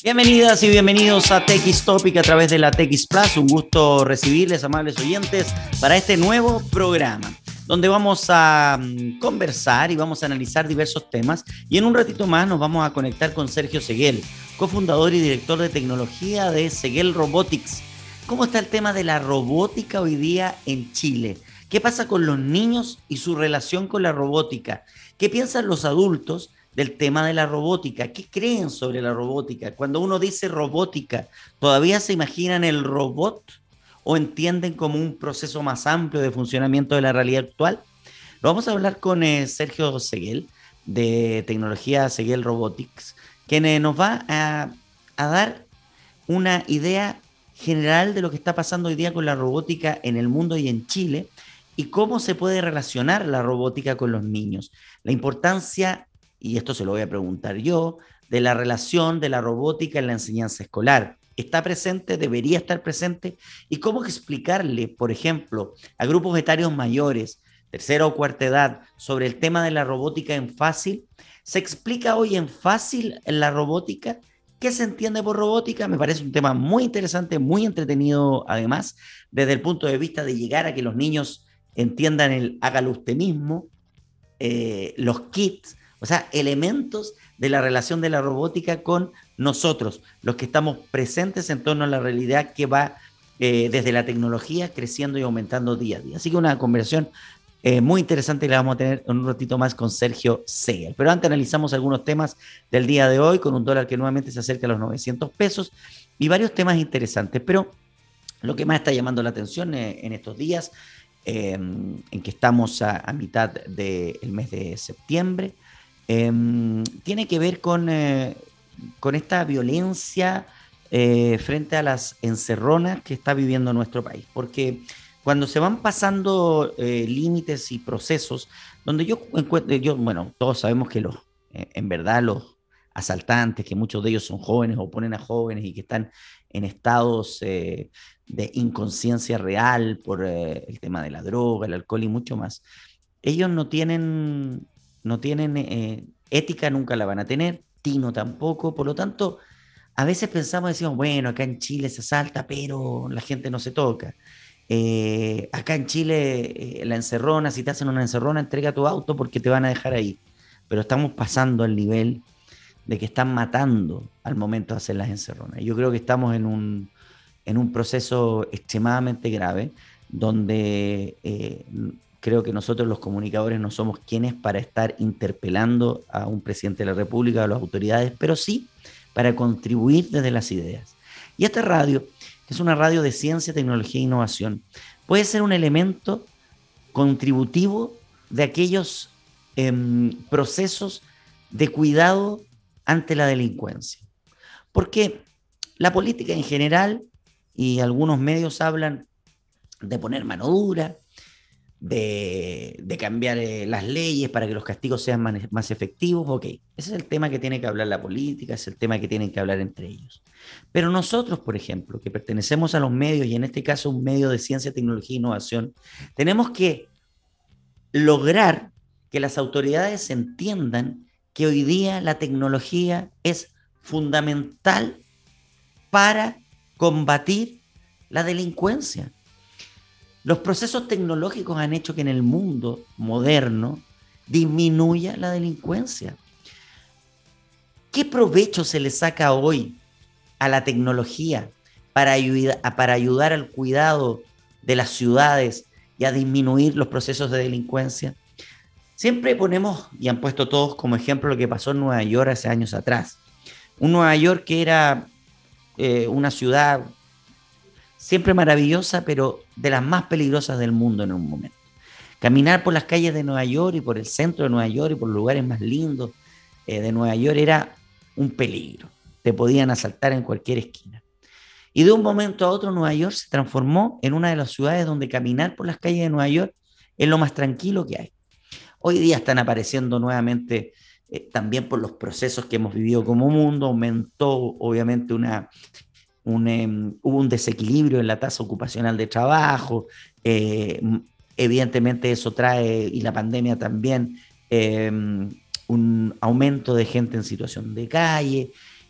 Bienvenidas y bienvenidos a TX Topic a través de la TX Plus. Un gusto recibirles, amables oyentes, para este nuevo programa, donde vamos a conversar y vamos a analizar diversos temas. Y en un ratito más nos vamos a conectar con Sergio Seguel, cofundador y director de tecnología de Seguel Robotics. ¿Cómo está el tema de la robótica hoy día en Chile? ¿Qué pasa con los niños y su relación con la robótica? ¿Qué piensan los adultos del tema de la robótica? ¿Qué creen sobre la robótica? Cuando uno dice robótica, ¿todavía se imaginan el robot o entienden como un proceso más amplio de funcionamiento de la realidad actual? Lo vamos a hablar con Sergio Seguel, de tecnología Seguel Robotics, quien nos va a dar una idea general de lo que está pasando hoy día con la robótica en el mundo y en Chile, y cómo se puede relacionar la robótica con los niños. La importancia, y esto se lo voy a preguntar yo, de la relación de la robótica en la enseñanza escolar. ¿Está presente? ¿Debería estar presente? ¿Y cómo explicarle, por ejemplo, a grupos etarios mayores, tercera o cuarta edad, sobre el tema de la robótica en fácil? ¿Se explica hoy en fácil la robótica? ¿Qué se entiende por robótica? Me parece un tema muy interesante, muy entretenido, además, desde el punto de vista de llegar a que los niños entiendan el hágalo usted mismo, los kits, o sea, elementos de la relación de la robótica con nosotros, los que estamos presentes en torno a la realidad que va desde la tecnología creciendo y aumentando día a día. Así que una conversación muy interesante, y la vamos a tener en un ratito más con Sergio Seguel. Pero antes analizamos algunos temas del día de hoy, con un dólar que nuevamente se acerca a los 900 pesos y varios temas interesantes. Pero lo que más está llamando la atención en estos días, en que estamos a mitad del mes de septiembre, tiene que ver con esta violencia frente a las encerronas que está viviendo nuestro país. Porque cuando se van pasando límites y procesos, donde yo encuentro, bueno, todos sabemos que en verdad los asaltantes, que muchos de ellos son jóvenes o ponen a jóvenes y que están en estados de inconsciencia real por el tema de la droga, el alcohol y mucho más, ellos no tienen ética, nunca la van a tener, tino tampoco, por lo tanto, a veces pensamos, decimos, bueno, acá en Chile se asalta, pero la gente no se toca. Acá en Chile, la encerrona, si te hacen una encerrona, entrega tu auto porque te van a dejar ahí. Pero estamos pasando al nivel de que están matando al momento de hacer las encerronas. Yo creo que estamos en un proceso extremadamente grave, donde creo que nosotros los comunicadores no somos quienes para estar interpelando a un presidente de la República, a las autoridades, pero sí para contribuir desde las ideas. Y esta radio, que es una radio de ciencia, tecnología e innovación, puede ser un elemento contributivo de aquellos procesos de cuidado ante la delincuencia. Porque la política en general, y algunos medios hablan de poner mano dura, de cambiar las leyes para que los castigos sean más efectivos. Ok, ese es el tema que tiene que hablar la política, es el tema que tienen que hablar entre ellos. Pero nosotros, por ejemplo, que pertenecemos a los medios, y en este caso un medio de ciencia, tecnología e innovación, tenemos que lograr que las autoridades entiendan que hoy día la tecnología es fundamental para combatir la delincuencia. Los procesos tecnológicos han hecho que en el mundo moderno disminuya la delincuencia. ¿Qué provecho se le saca hoy a la tecnología para ayudar al cuidado de las ciudades y a disminuir los procesos de delincuencia? Siempre ponemos, y han puesto todos como ejemplo, lo que pasó en Nueva York hace años atrás. Un Nueva York que era una ciudad siempre maravillosa, pero de las más peligrosas del mundo en un momento. Caminar por las calles de Nueva York y por el centro de Nueva York y por los lugares más lindos de Nueva York era un peligro. Te podían asaltar en cualquier esquina. Y de un momento a otro Nueva York se transformó en una de las ciudades donde caminar por las calles de Nueva York es lo más tranquilo que hay. Hoy día están apareciendo nuevamente, también por los procesos que hemos vivido como mundo, aumentó obviamente hubo un desequilibrio en la tasa ocupacional de trabajo, evidentemente eso trae, y la pandemia también, un aumento de gente en situación de calle,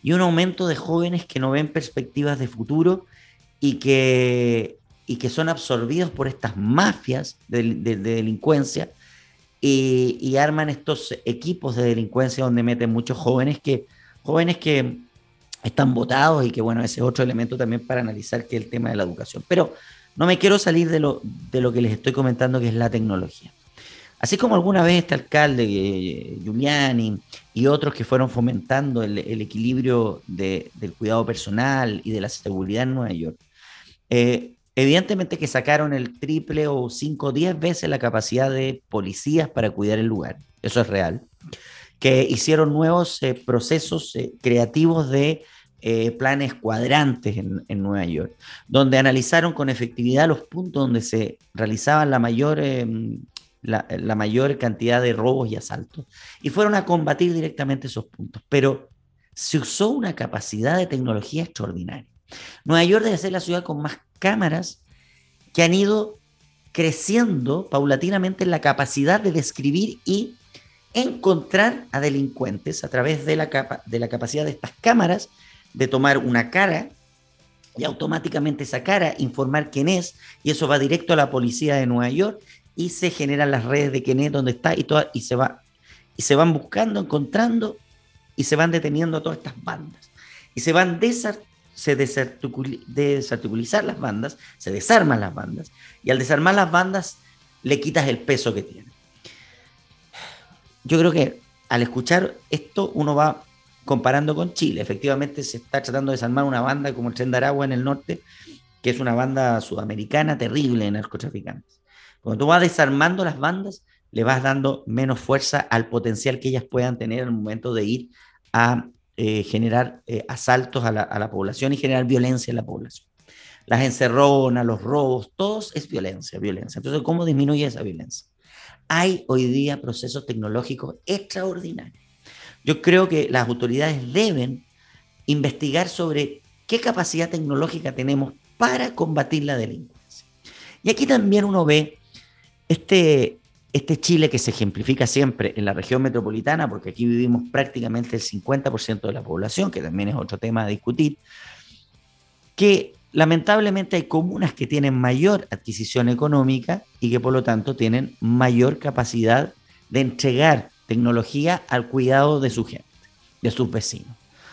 y un aumento de jóvenes que no ven perspectivas de futuro y que son absorbidos por estas mafias de delincuencia y arman estos equipos de delincuencia donde meten muchos jóvenes que están votados y que, bueno, ese es otro elemento también para analizar, que es el tema de la educación. Pero no me quiero salir de lo que les estoy comentando, que es la tecnología. Así como alguna vez este alcalde, Giuliani, y otros que fueron fomentando el equilibrio del cuidado personal y de la seguridad en Nueva York, evidentemente que sacaron el triple o 5 o 10 veces la capacidad de policías para cuidar el lugar, eso es real, que hicieron nuevos procesos creativos de planes cuadrantes en Nueva York, donde analizaron con efectividad los puntos donde se realizaban la mayor cantidad de robos y asaltos, y fueron a combatir directamente esos puntos, pero se usó una capacidad de tecnología extraordinaria. Nueva York debe ser la ciudad con más cámaras que han ido creciendo paulatinamente en la capacidad de describir y encontrar a delincuentes a través de la capacidad de estas cámaras de tomar una cara y automáticamente esa cara informar quién es, y eso va directo a la policía de Nueva York y se generan las redes de quién es, dónde está y se van buscando, encontrando y se van deteniendo a todas estas bandas y se desarticulizar las bandas, se desarman las bandas, y al desarmar las bandas le quitas el peso que tienen. Yo creo que al escuchar esto uno va comparando con Chile. Efectivamente se está tratando de desarmar una banda como el Tren de Aragua en el norte, que es una banda sudamericana terrible de narcotraficantes. Cuando tú vas desarmando las bandas, le vas dando menos fuerza al potencial que ellas puedan tener al momento de ir a generar asaltos a la población y generar violencia en la población. Las encerronas, los robos, todo es violencia, violencia. Entonces, ¿cómo disminuye esa violencia? Hay hoy día procesos tecnológicos extraordinarios. Yo creo que las autoridades deben investigar sobre qué capacidad tecnológica tenemos para combatir la delincuencia. Y aquí también uno ve este Chile que se ejemplifica siempre en la región metropolitana, porque aquí vivimos prácticamente el 50% de la población, que también es otro tema a discutir, que lamentablemente hay comunas que tienen mayor adquisición económica y que por lo tanto tienen mayor capacidad de entregar tecnología al cuidado de su gente, de sus vecinos.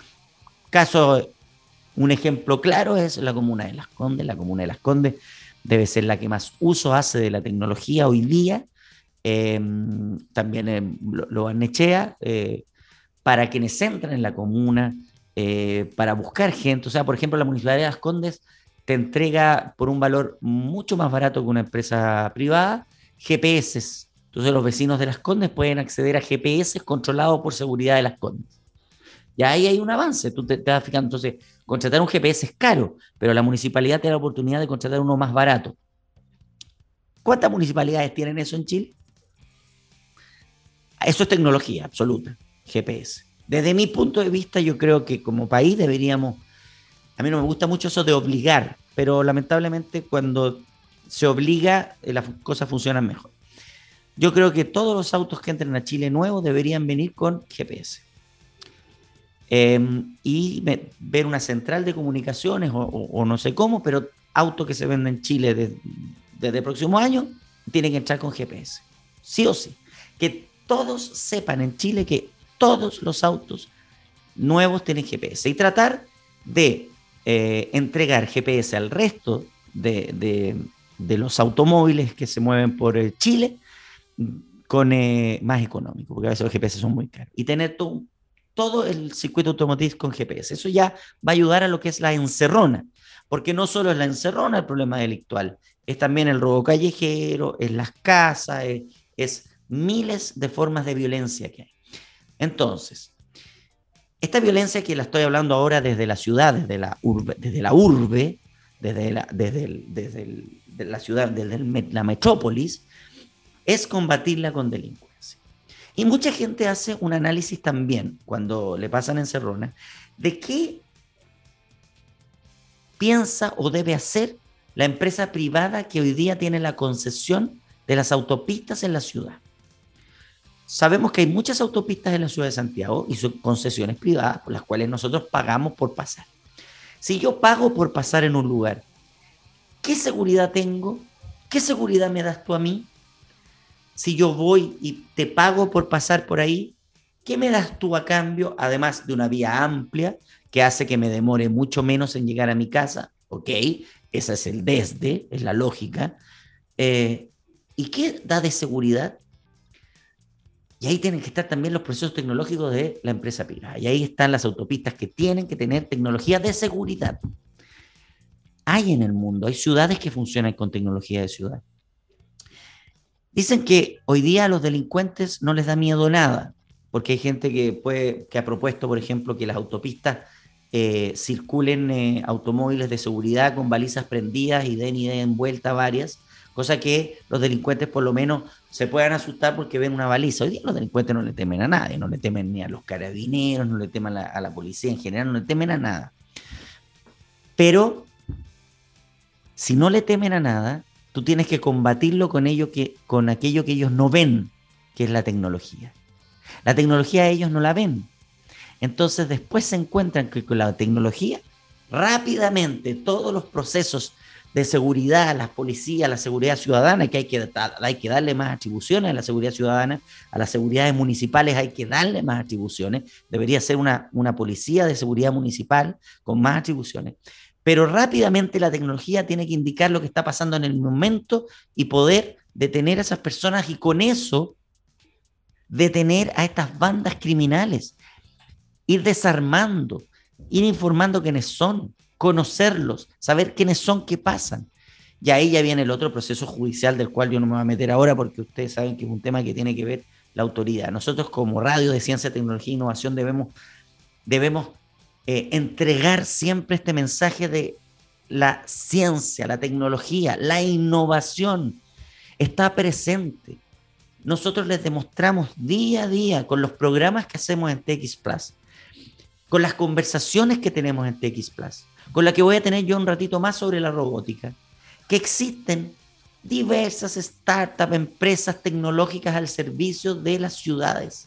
Un ejemplo claro es la comuna de Las Condes. La comuna de Las Condes debe ser la que más uso hace de la tecnología hoy día. También lo Barnechea, para quienes entran en la comuna, para buscar gente. O sea, por ejemplo, la Municipalidad de Las Condes te entrega por un valor mucho más barato que una empresa privada GPS. Entonces los vecinos de Las Condes pueden acceder a GPS controlados por seguridad de Las Condes. Y ahí hay un avance, tú te vas fijando. Entonces, contratar un GPS es caro, pero la municipalidad te da la oportunidad de contratar uno más barato. ¿Cuántas municipalidades tienen eso en Chile? Eso es tecnología absoluta, GPS. Desde mi punto de vista, yo creo que como país deberíamos, a mí no me gusta mucho eso de obligar, pero lamentablemente cuando se obliga, las cosas funcionan mejor. Yo creo que todos los autos que entren a Chile nuevos deberían venir con GPS. Ver una central de comunicaciones o no sé cómo, pero autos que se venden en Chile desde el próximo año tienen que entrar con GPS. Sí o sí. Que todos sepan en Chile que todos los autos nuevos tienen GPS y tratar de entregar GPS al resto de los automóviles que se mueven por Chile con más económico, porque a veces los GPS son muy caros, y tener todo el circuito automotriz con GPS. Eso ya va a ayudar a lo que es la encerrona, porque no solo es la encerrona el problema delictual, es también el robo callejero, es las casas, es miles de formas de violencia que hay. Entonces, esta violencia que la estoy hablando ahora desde la ciudad, desde la urbe, desde la ciudad, desde la metrópolis, es combatirla con delincuencia. Y mucha gente hace un análisis también, cuando le pasan encerronas, de qué piensa o debe hacer la empresa privada que hoy día tiene la concesión de las autopistas en la ciudad. Sabemos que hay muchas autopistas en la ciudad de Santiago y son concesiones privadas por las cuales nosotros pagamos por pasar. Si yo pago por pasar en un lugar, ¿qué seguridad tengo? ¿Qué seguridad me das tú a mí? Si yo voy y te pago por pasar por ahí, ¿qué me das tú a cambio? Además de una vía amplia que hace que me demore mucho menos en llegar a mi casa. Ok, ese es el desde, es la lógica. ¿Y qué da de seguridad? Y ahí tienen que estar también los procesos tecnológicos de la empresa privada. Y ahí están las autopistas que tienen que tener tecnología de seguridad. Hay en el mundo, hay ciudades que funcionan con tecnología de ciudad. Dicen que hoy día a los delincuentes no les da miedo nada, porque hay gente que ha propuesto, por ejemplo, que las autopistas circulen automóviles de seguridad con balizas prendidas y den vuelta varias, cosa que los delincuentes por lo menos se puedan asustar porque ven una baliza. Hoy día los delincuentes no le temen a nadie, no le temen ni a los carabineros, no le temen a la policía en general, no le temen a nada. Pero si no le temen a nada, tú tienes que combatirlo con aquello que ellos no ven, que es la tecnología. La tecnología ellos no la ven. Entonces después se encuentran que con la tecnología, rápidamente todos los procesos de seguridad, las policías, la seguridad ciudadana, que hay que darle más atribuciones a la seguridad ciudadana, a las seguridades municipales hay que darle más atribuciones, debería ser una policía de seguridad municipal con más atribuciones. Pero rápidamente la tecnología tiene que indicar lo que está pasando en el momento y poder detener a esas personas y con eso detener a estas bandas criminales, ir desarmando, ir informando quiénes son, conocerlos, saber quiénes son, qué pasan. Y ahí ya viene el otro proceso judicial del cual yo no me voy a meter ahora porque ustedes saben que es un tema que tiene que ver la autoridad. Nosotros como Radio de Ciencia, Tecnología e Innovación debemos entregar siempre este mensaje de la ciencia, la tecnología, la innovación está presente. Nosotros les demostramos día a día con los programas que hacemos en TX Plus, con las conversaciones que tenemos en TX Plus, con la que voy a tener yo un ratito más sobre la robótica, que existen diversas startups, empresas tecnológicas al servicio de las ciudades.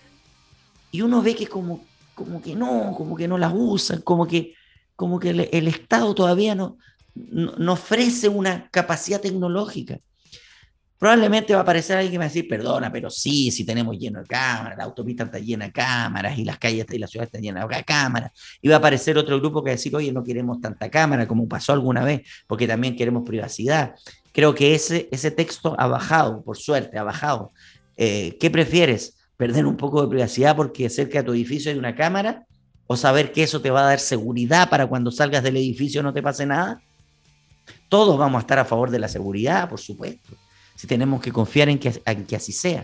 Y uno ve que como que no las usan, como que el Estado todavía no ofrece una capacidad tecnológica. Probablemente va a aparecer alguien que me va a decir, perdona, pero sí, si tenemos lleno de cámaras, la autopista está llena de cámaras y las calles y la ciudad están llenas de cámaras. Y va a aparecer otro grupo que va a decir, oye, no queremos tanta cámara como pasó alguna vez, porque también queremos privacidad. Creo que ese texto ha bajado, por suerte, ha bajado. ¿Qué prefieres? ¿Perder un poco de privacidad porque cerca de tu edificio hay una cámara? ¿O saber que eso te va a dar seguridad para cuando salgas del edificio no te pase nada? Todos vamos a estar a favor de la seguridad, por supuesto. Si tenemos que confiar en que así sea.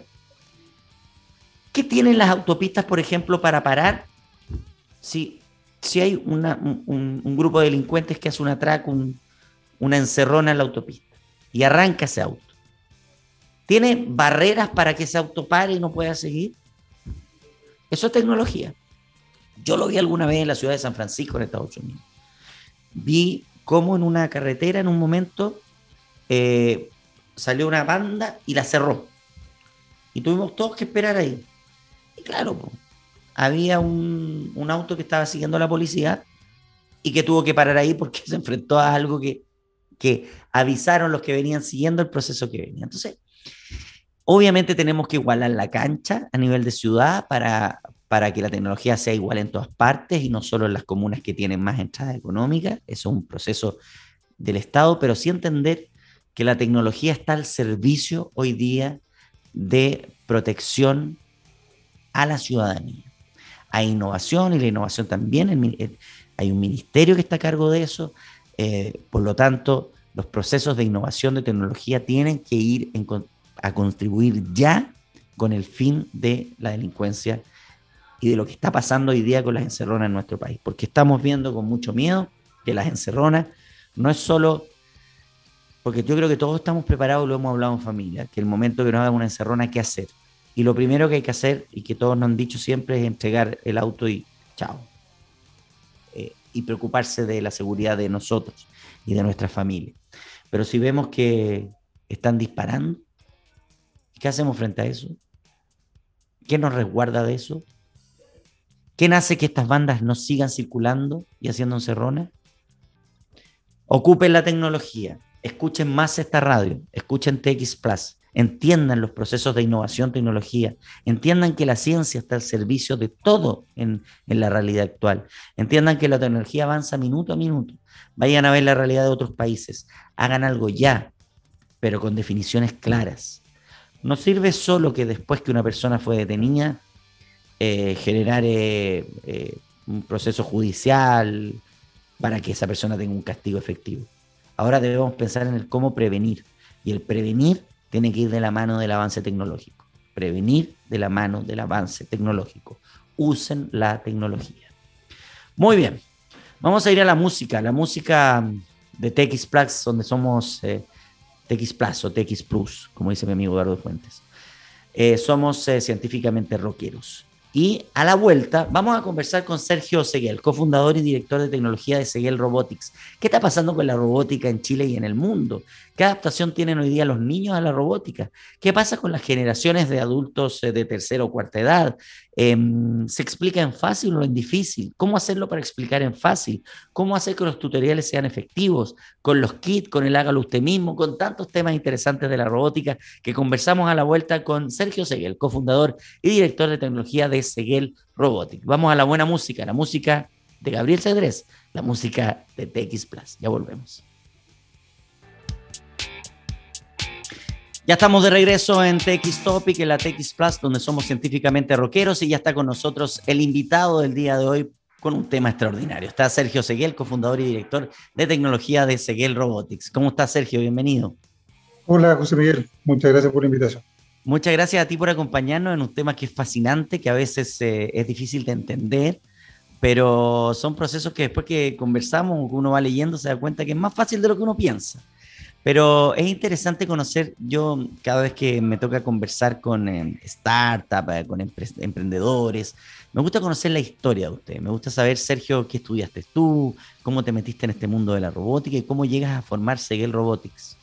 ¿Qué tienen las autopistas, por ejemplo, para parar? Si hay un grupo de delincuentes que hace un atraco, una encerrona en la autopista y arranca ese auto. ¿Tiene barreras para que ese auto pare y no pueda seguir? Eso es tecnología. Yo lo vi alguna vez en la ciudad de San Francisco, en Estados Unidos. Vi cómo en una carretera, en un momento, salió una banda y la cerró. Y tuvimos todos que esperar ahí. Y claro, había un auto que estaba siguiendo a la policía y que tuvo que parar ahí porque se enfrentó a algo que avisaron los que venían siguiendo el proceso que venía. Entonces, obviamente tenemos que igualar la cancha a nivel de ciudad para que la tecnología sea igual en todas partes y no solo en las comunas que tienen más entrada económica. Eso es un proceso del Estado, pero sí entender que la tecnología está al servicio hoy día de protección a la ciudadanía. Hay innovación y la innovación también, hay un ministerio que está a cargo de eso, por lo tanto, los procesos de innovación de tecnología tienen que ir a contribuir ya con el fin de la delincuencia y de lo que está pasando hoy día con las encerronas en nuestro país, porque estamos viendo con mucho miedo que las encerronas no es solo... Porque yo creo que todos estamos preparados, lo hemos hablado en familia, que el momento que nos hagan una encerrona, ¿qué hacer? Y lo primero que hay que hacer, y que todos nos han dicho siempre, es entregar el auto y chao. Y preocuparse de la seguridad de nosotros y de nuestra familia. Pero si vemos que están disparando, ¿qué hacemos frente a eso? ¿Qué nos resguarda de eso? ¿Quién hace que estas bandas no sigan circulando y haciendo encerronas? Ocupen la tecnología, escuchen más esta radio, escuchen TX Plus, entiendan los procesos de innovación, tecnología, entiendan que la ciencia está al servicio de todo en la realidad actual, entiendan que la tecnología avanza minuto a minuto, vayan a ver la realidad de otros países, hagan algo ya, pero con definiciones claras. No sirve solo que después que una persona fue detenida, generar un proceso judicial para que esa persona tenga un castigo efectivo. Ahora debemos pensar en el cómo prevenir. Y el prevenir tiene que ir de la mano del avance tecnológico. Prevenir de la mano del avance tecnológico. Usen la tecnología. Muy bien. Vamos a ir a la música. La música de TX Plus, donde somos TX Plus o TX Plus, como dice mi amigo Eduardo Fuentes. Somos científicamente rockeros. Y a la vuelta vamos a conversar con Sergio Seguel, cofundador y director de tecnología de Seguel Robotics. ¿Qué está pasando con la robótica en Chile y en el mundo? ¿Qué adaptación tienen hoy día los niños a la robótica? ¿Qué pasa con las generaciones de adultos de tercera o cuarta edad? ¿Se explica en fácil o en difícil? ¿Cómo hacerlo para explicar en fácil? ¿Cómo hacer que los tutoriales sean efectivos? Con los kits, con el hágalo usted mismo, con tantos temas interesantes de la robótica que conversamos a la vuelta con Sergio Seguel, cofundador y director de tecnología de Seguel Robotics. Vamos a la buena música, la música de Gabriel Cedrés, la música de TX Plus. Ya volvemos. Ya estamos de regreso en TX Topic, en la TX Plus, donde somos científicamente rockeros, y ya está con nosotros el invitado del día de hoy con un tema extraordinario. Está Sergio Seguel, cofundador y director de tecnología de Seguel Robotics. ¿Cómo está, Sergio? Bienvenido. Hola, José Miguel. Muchas gracias por la invitación. Muchas gracias a ti por acompañarnos en un tema que es fascinante, que a veces es difícil de entender, pero son procesos que después que conversamos o que uno va leyendo se da cuenta que es más fácil de lo que uno piensa. Pero es interesante conocer, yo cada vez que me toca conversar con startups, con emprendedores, me gusta conocer la historia de usted. Me gusta saber, Sergio, qué estudiaste tú, cómo te metiste en este mundo de la robótica y cómo llegas a formar Seguel Robotics.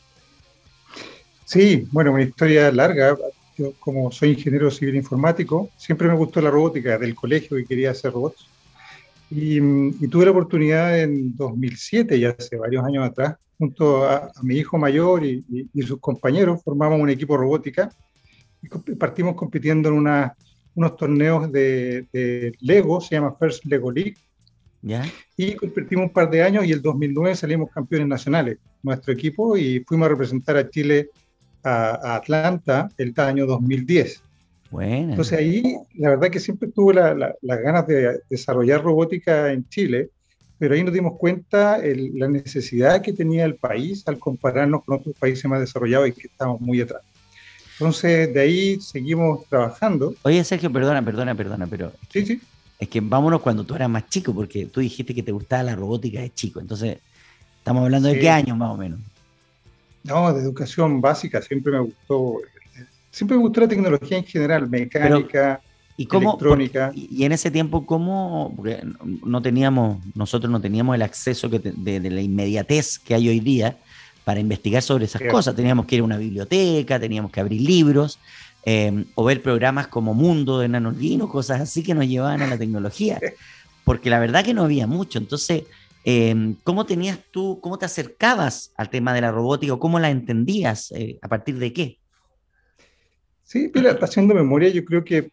Sí, bueno, una historia larga. Yo, como soy ingeniero civil informático, siempre me gustó la robótica del colegio y quería hacer robots. Y tuve la oportunidad en 2007, ya hace varios años atrás, junto a mi hijo mayor y sus compañeros, formamos un equipo de robótica y partimos compitiendo en unos torneos de Lego, se llama First Lego League, ¿Ya? y competimos un par de años y el 2009 salimos campeones nacionales, nuestro equipo, y fuimos a representar a Chile a Atlanta el año 2010. Buena. Entonces ahí la verdad que siempre tuve las ganas de desarrollar robótica en Chile, pero ahí nos dimos cuenta la necesidad que tenía el país al compararnos con otros países más desarrollados y que estamos muy atrás. Entonces de ahí seguimos trabajando. Oye, Sergio, perdona, pero Sí, sí. es que vámonos cuando tú eras más chico, porque tú dijiste que te gustaba la robótica de chico. Entonces, estamos hablando de qué Sí. años más o menos. No, de educación básica siempre me gustó la tecnología en general, Pero, mecánica, ¿y cómo? electrónica. Y en ese tiempo, ¿cómo? Porque nosotros no teníamos el acceso de la inmediatez que hay hoy día para investigar sobre esas cosas. Teníamos que ir a una biblioteca, teníamos que abrir libros, o ver programas como Mundo de Nanolino, cosas así que nos llevaban a la tecnología. Porque la verdad que no había mucho. Entonces, ¿cómo te acercabas al tema de la robótica o cómo la entendías? ¿A partir de qué? Sí, mira, haciendo memoria, yo creo que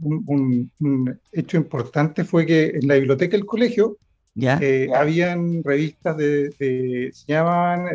un hecho importante fue que en la biblioteca del colegio ¿Ya? habían revistas se llamaban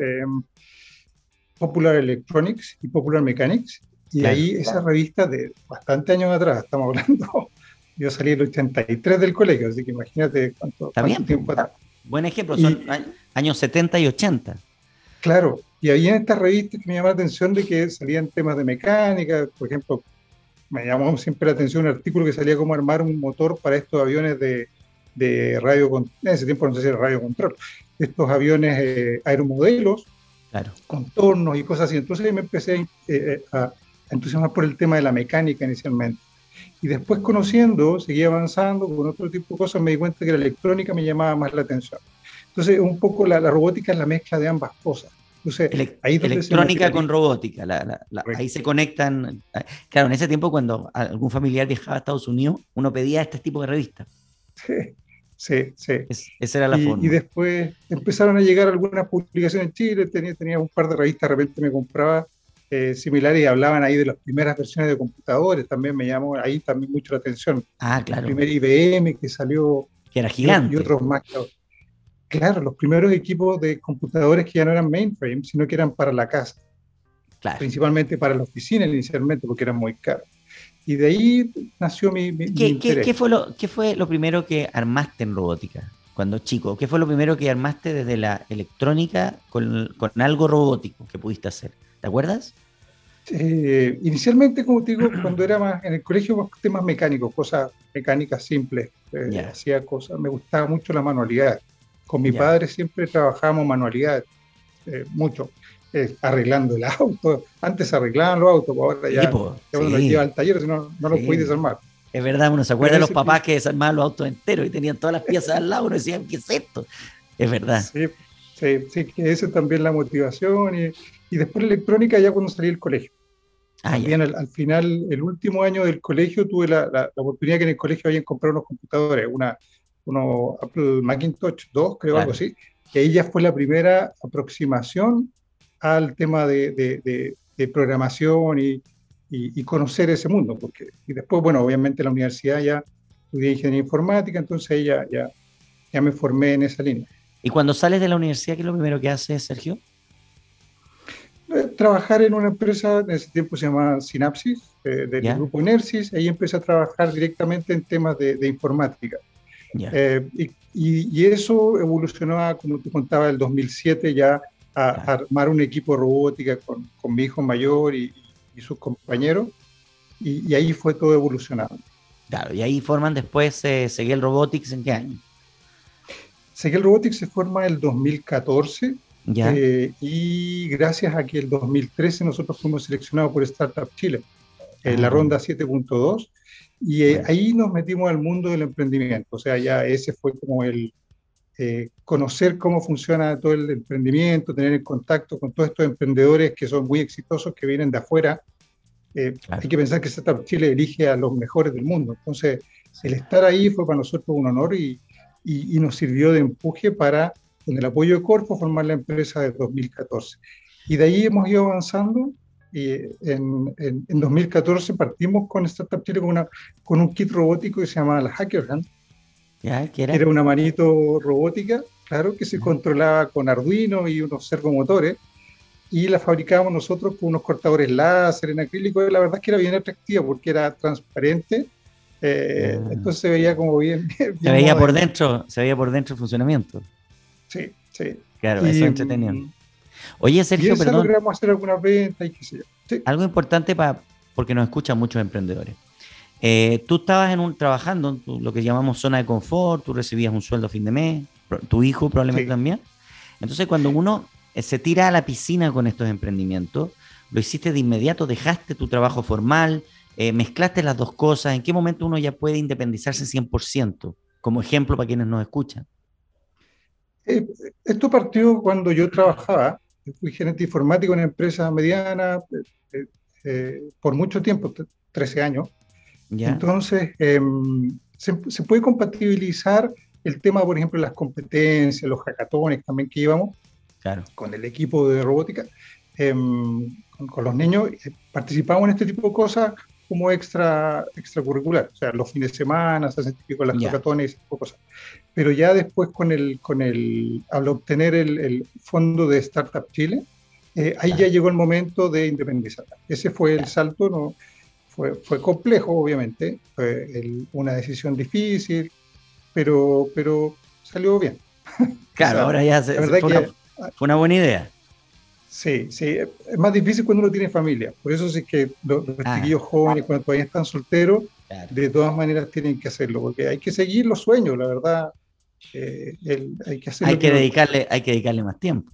Popular Electronics y Popular Mechanics, y Claro. ahí esas revistas de bastante años atrás, estamos hablando, yo salí en el 83 del colegio, así que imagínate Está cuánto bien. tiempo atrás. Buen ejemplo, son Y años 70 y 80. claro, y había estas revistas que me llamaban la atención de que salían temas de mecánica, por ejemplo, me llamó siempre la atención un artículo que salía cómo armar un motor para estos aviones de radio, en ese tiempo no sé si era radio control, estos aviones aeromodelos, Claro. contornos y cosas así. Entonces me empecé a entusiasmar por el tema de la mecánica inicialmente. Y después conociendo, seguí avanzando con otro tipo de cosas, me di cuenta que la electrónica me llamaba más la atención. Entonces un poco la robótica es la mezcla de ambas cosas. Entonces, ahí es donde se electrónica con materializa. robótica, ahí se conectan. Claro, en ese tiempo cuando algún familiar viajaba a Estados Unidos, uno pedía este tipo de revistas. Sí, sí, sí. Esa era la Y forma. después empezaron a llegar algunas publicaciones en Chile, tenía un par de revistas, de repente me compraba similares y hablaban ahí de las primeras versiones de computadores, también me llamó ahí también mucho la atención. Ah, El claro, primer IBM que salió que era y gigante. otros más. Claro, los primeros equipos de computadores que ya no eran mainframe, sino que eran para la casa, Claro. principalmente para la oficina inicialmente, porque eran muy caros. Y de ahí nació mi interés. ¿Qué fue lo primero que armaste en robótica cuando chico? ¿Qué fue lo primero que armaste desde la electrónica con algo robótico que pudiste hacer? ¿Te acuerdas? Inicialmente, como te digo, cuando era más en el colegio, más temas mecánicos, cosas mecánicas simples, Ya, hacía cosas, me gustaba mucho la manualidad. Con mi ya. padre siempre trabajábamos manualidad, mucho, arreglando el auto. Antes arreglaban los autos, pues ahora Sí, ya, po, ya uno los sí, lleva al taller, si no, no los puedes sí. desarmar. Es verdad, uno se acuerda Pero de los ese papás tipo, que desarmaban los autos enteros y tenían todas las piezas al lado, uno decía, ¿qué es esto? Es verdad. sí, sí, sí, que esa es también la motivación. Y después la electrónica ya cuando salí del colegio. Ah, ya, También al final, el último año del colegio, tuve la oportunidad que en el colegio habían comprado unos computadores, unos Apple Macintosh 2, creo, algo claro. así, y ahí ya fue la primera aproximación al tema de programación y conocer ese mundo. Y después, bueno, obviamente en la universidad ya estudié ingeniería informática, entonces ahí ya me formé en esa línea. Y cuando sales de la universidad, ¿qué es lo primero que haces, Sergio? Trabajar en una empresa, en ese tiempo se llamaba Synapsis, del ¿Ya? grupo Enersys, ahí empecé a trabajar directamente en temas de informática. Ya, Y eso evolucionó a, como te contaba, el 2007 ya a claro. armar un equipo de robótica con mi hijo mayor y sus compañeros, y ahí fue todo evolucionando. Claro, y ahí forman después Seguel Robotics, ¿en qué año? Seguel Robotics se forma el 2014 ¿Ya? y gracias a que el 2013 nosotros fuimos seleccionados por Startup Chile, en la Ah, ronda 7.2, y bueno, ahí nos metimos al mundo del emprendimiento. O sea, ya ese fue como conocer cómo funciona todo el emprendimiento, tener el contacto con todos estos emprendedores que son muy exitosos, que vienen de afuera. Hay claro, que pensar que Startup Chile elige a los mejores del mundo. Entonces, sí. el estar ahí fue para nosotros un honor y nos sirvió de empuje para, con el apoyo de Corfo, formar la empresa de 2014. Y de ahí hemos ido avanzando. Y en 2014 partimos con Startup Chile con un kit robótico que se llama la Hacker Hand, ¿Ya? ¿Qué que era? era una manito robótica, claro, que se ¿Ya? controlaba con Arduino y unos servomotores, y la fabricábamos nosotros con unos cortadores láser en acrílico, y la verdad es que era bien atractiva porque era transparente, Ah. entonces se veía como bien, Se bien veía por moderno. dentro, se veía por dentro el funcionamiento. Sí, sí. Claro, eso Y, es entretenido. Oye, y Sergio, esa perdón, logramos hacer algunas ventas y qué sé yo. Sí, algo importante porque nos escuchan muchos emprendedores. Tú estabas trabajando en lo que llamamos zona de confort, tú recibías un sueldo a fin de mes, tu hijo probablemente sí. también. Entonces, cuando uno se tira a la piscina con estos emprendimientos, lo hiciste de inmediato, dejaste tu trabajo formal, mezclaste las dos cosas. ¿En qué momento uno ya puede independizarse 100%? Como ejemplo para quienes nos escuchan. Eh, Esto partió cuando yo trabajaba, fui gerente informático en una empresa mediana por mucho tiempo, 13 años. ¿Ya? Entonces, se puede compatibilizar el tema, por ejemplo, de las competencias, los hackatones también que íbamos Claro. con el equipo de robótica, con los niños, participamos en este tipo de cosas como extracurricular. O sea, los fines de semana se hacen típicos las Ya. hackatones y ese tipo de cosas. Pero ya después al obtener el fondo de Startup Chile, ahí ya Claro. llegó el momento de independizar. Ese fue el Ya. salto, ¿no? Fue complejo, obviamente, fue una decisión difícil, pero salió bien. O Claro, sea, ahora ya la verdad que fue una buena idea. sí, sí, es más difícil cuando uno tiene familia. Por eso sí que los Ah, chiquillos jóvenes, cuando todavía están solteros, claro. de todas maneras tienen que hacerlo, porque hay que seguir los sueños, la verdad. Hay que hacer lo que uno le gusta. Hay que dedicarle más tiempo.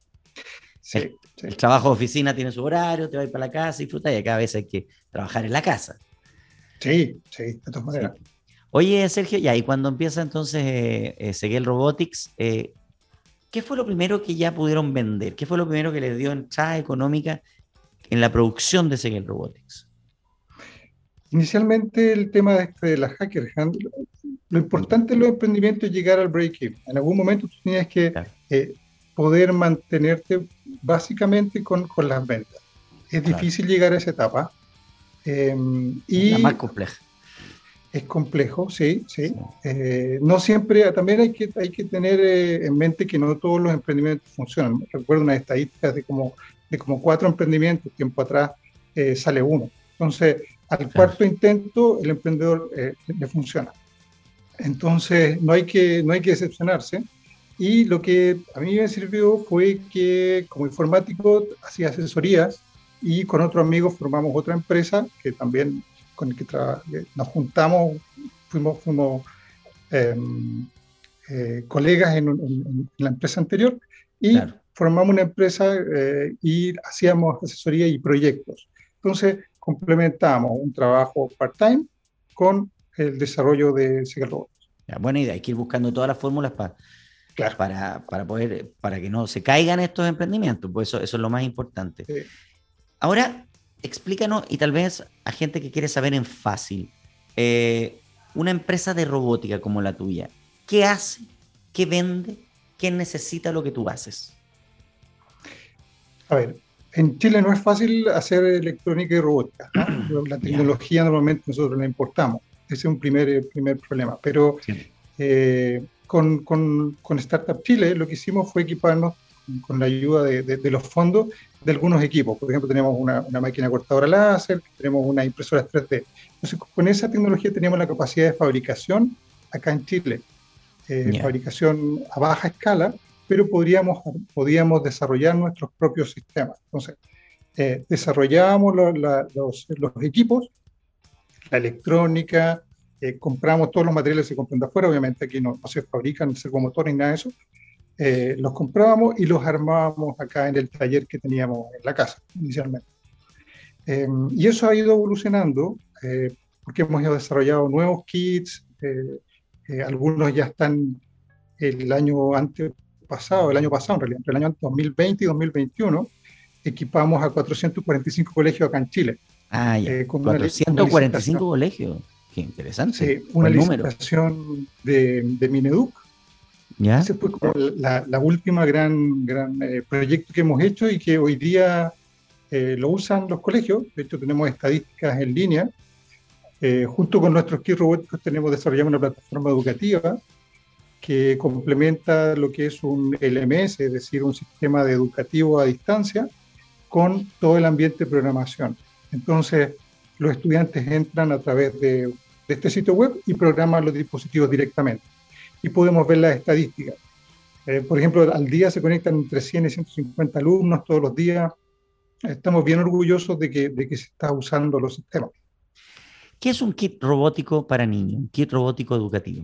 El, Sí, sí, el trabajo de oficina tiene su horario, te vas para la casa, disfrutas y cada vez hay que trabajar en la casa. sí, sí, de todas Sí. maneras. Oye, Sergio, ya, y cuando empieza entonces Seguel Robotics, ¿qué fue lo primero que ya pudieron vender? ¿Qué fue lo primero que les dio entrada económica en la producción de Seguel Robotics? Inicialmente el tema de la Hacker Hand, lo importante en los emprendimientos es llegar al break-even. En algún momento tú tenías que Claro, eh, poder mantenerte básicamente con las ventas. Es claro. difícil llegar a esa etapa Es la más y compleja. es complejo, sí, sí. Sí, No siempre, también hay que tener en mente que no todos los emprendimientos funcionan. Recuerdo unas estadísticas de como 4 emprendimientos, tiempo atrás sale uno. Entonces, al claro. cuarto intento, el emprendedor le funciona. Entonces, no hay que decepcionarse. Y lo que a mí me sirvió fue que como informático hacía asesorías y con otro amigo formamos otra empresa que también con el que nos juntamos, fuimos eh, colegas en la empresa anterior y Claro. formamos una empresa y hacíamos asesoría y proyectos. Entonces, complementamos un trabajo part-time con el desarrollo de Segal Robot. Ya, buena idea. Hay que ir buscando todas las fórmulas Claro. para poder, para que no se caigan estos emprendimientos. Pues eso es lo más importante. Eh, Ahora, explícanos, y tal vez a gente que quiere saber en fácil, una empresa de robótica como la tuya, ¿qué hace? ¿Qué vende? ¿Qué necesita lo que tú haces? A ver, en Chile no es fácil hacer electrónica y robótica, ¿no? La Ya, tecnología normalmente nosotros la importamos. Ese es un primer problema. Pero sí, con Startup Chile lo que hicimos fue equiparnos con la ayuda de los fondos de algunos equipos. Por ejemplo, tenemos una máquina cortadora láser, tenemos una impresora 3D. Entonces, con esa tecnología teníamos la capacidad de fabricación acá en Chile, ya, fabricación a baja escala, pero podíamos desarrollar nuestros propios sistemas. Entonces, desarrollábamos los equipos, la electrónica, compramos todos los materiales que se compran de afuera, obviamente aquí no se fabrican servomotores ni nada de eso, los comprábamos y los armábamos acá en el taller que teníamos en la casa inicialmente. Y eso ha ido evolucionando porque hemos desarrollado nuevos kits, algunos ya están el año pasado en realidad, entre el año 2020 y 2021, equipamos a 445 colegios acá en Chile, ah, ya. con una 445 licitación, colegios. Qué interesante. sí, una Buen número. licitación de Mineduc. ¿Ya? Ese fue como la última gran proyecto que hemos hecho y que hoy día lo usan los colegios. De hecho, tenemos estadísticas en línea. Junto con nuestros kits robóticos desarrollamos una plataforma educativa que complementa lo que es un LMS, es decir, un sistema de educativo a distancia, con todo el ambiente de programación. Entonces, los estudiantes entran a través de este sitio web y programan los dispositivos directamente. Y podemos ver las estadísticas. Por ejemplo, al día se conectan entre 100 y 150 alumnos todos los días. Estamos bien orgullosos de que se está usando los sistemas. ¿Qué es un kit robótico para niños? Un kit robótico educativo.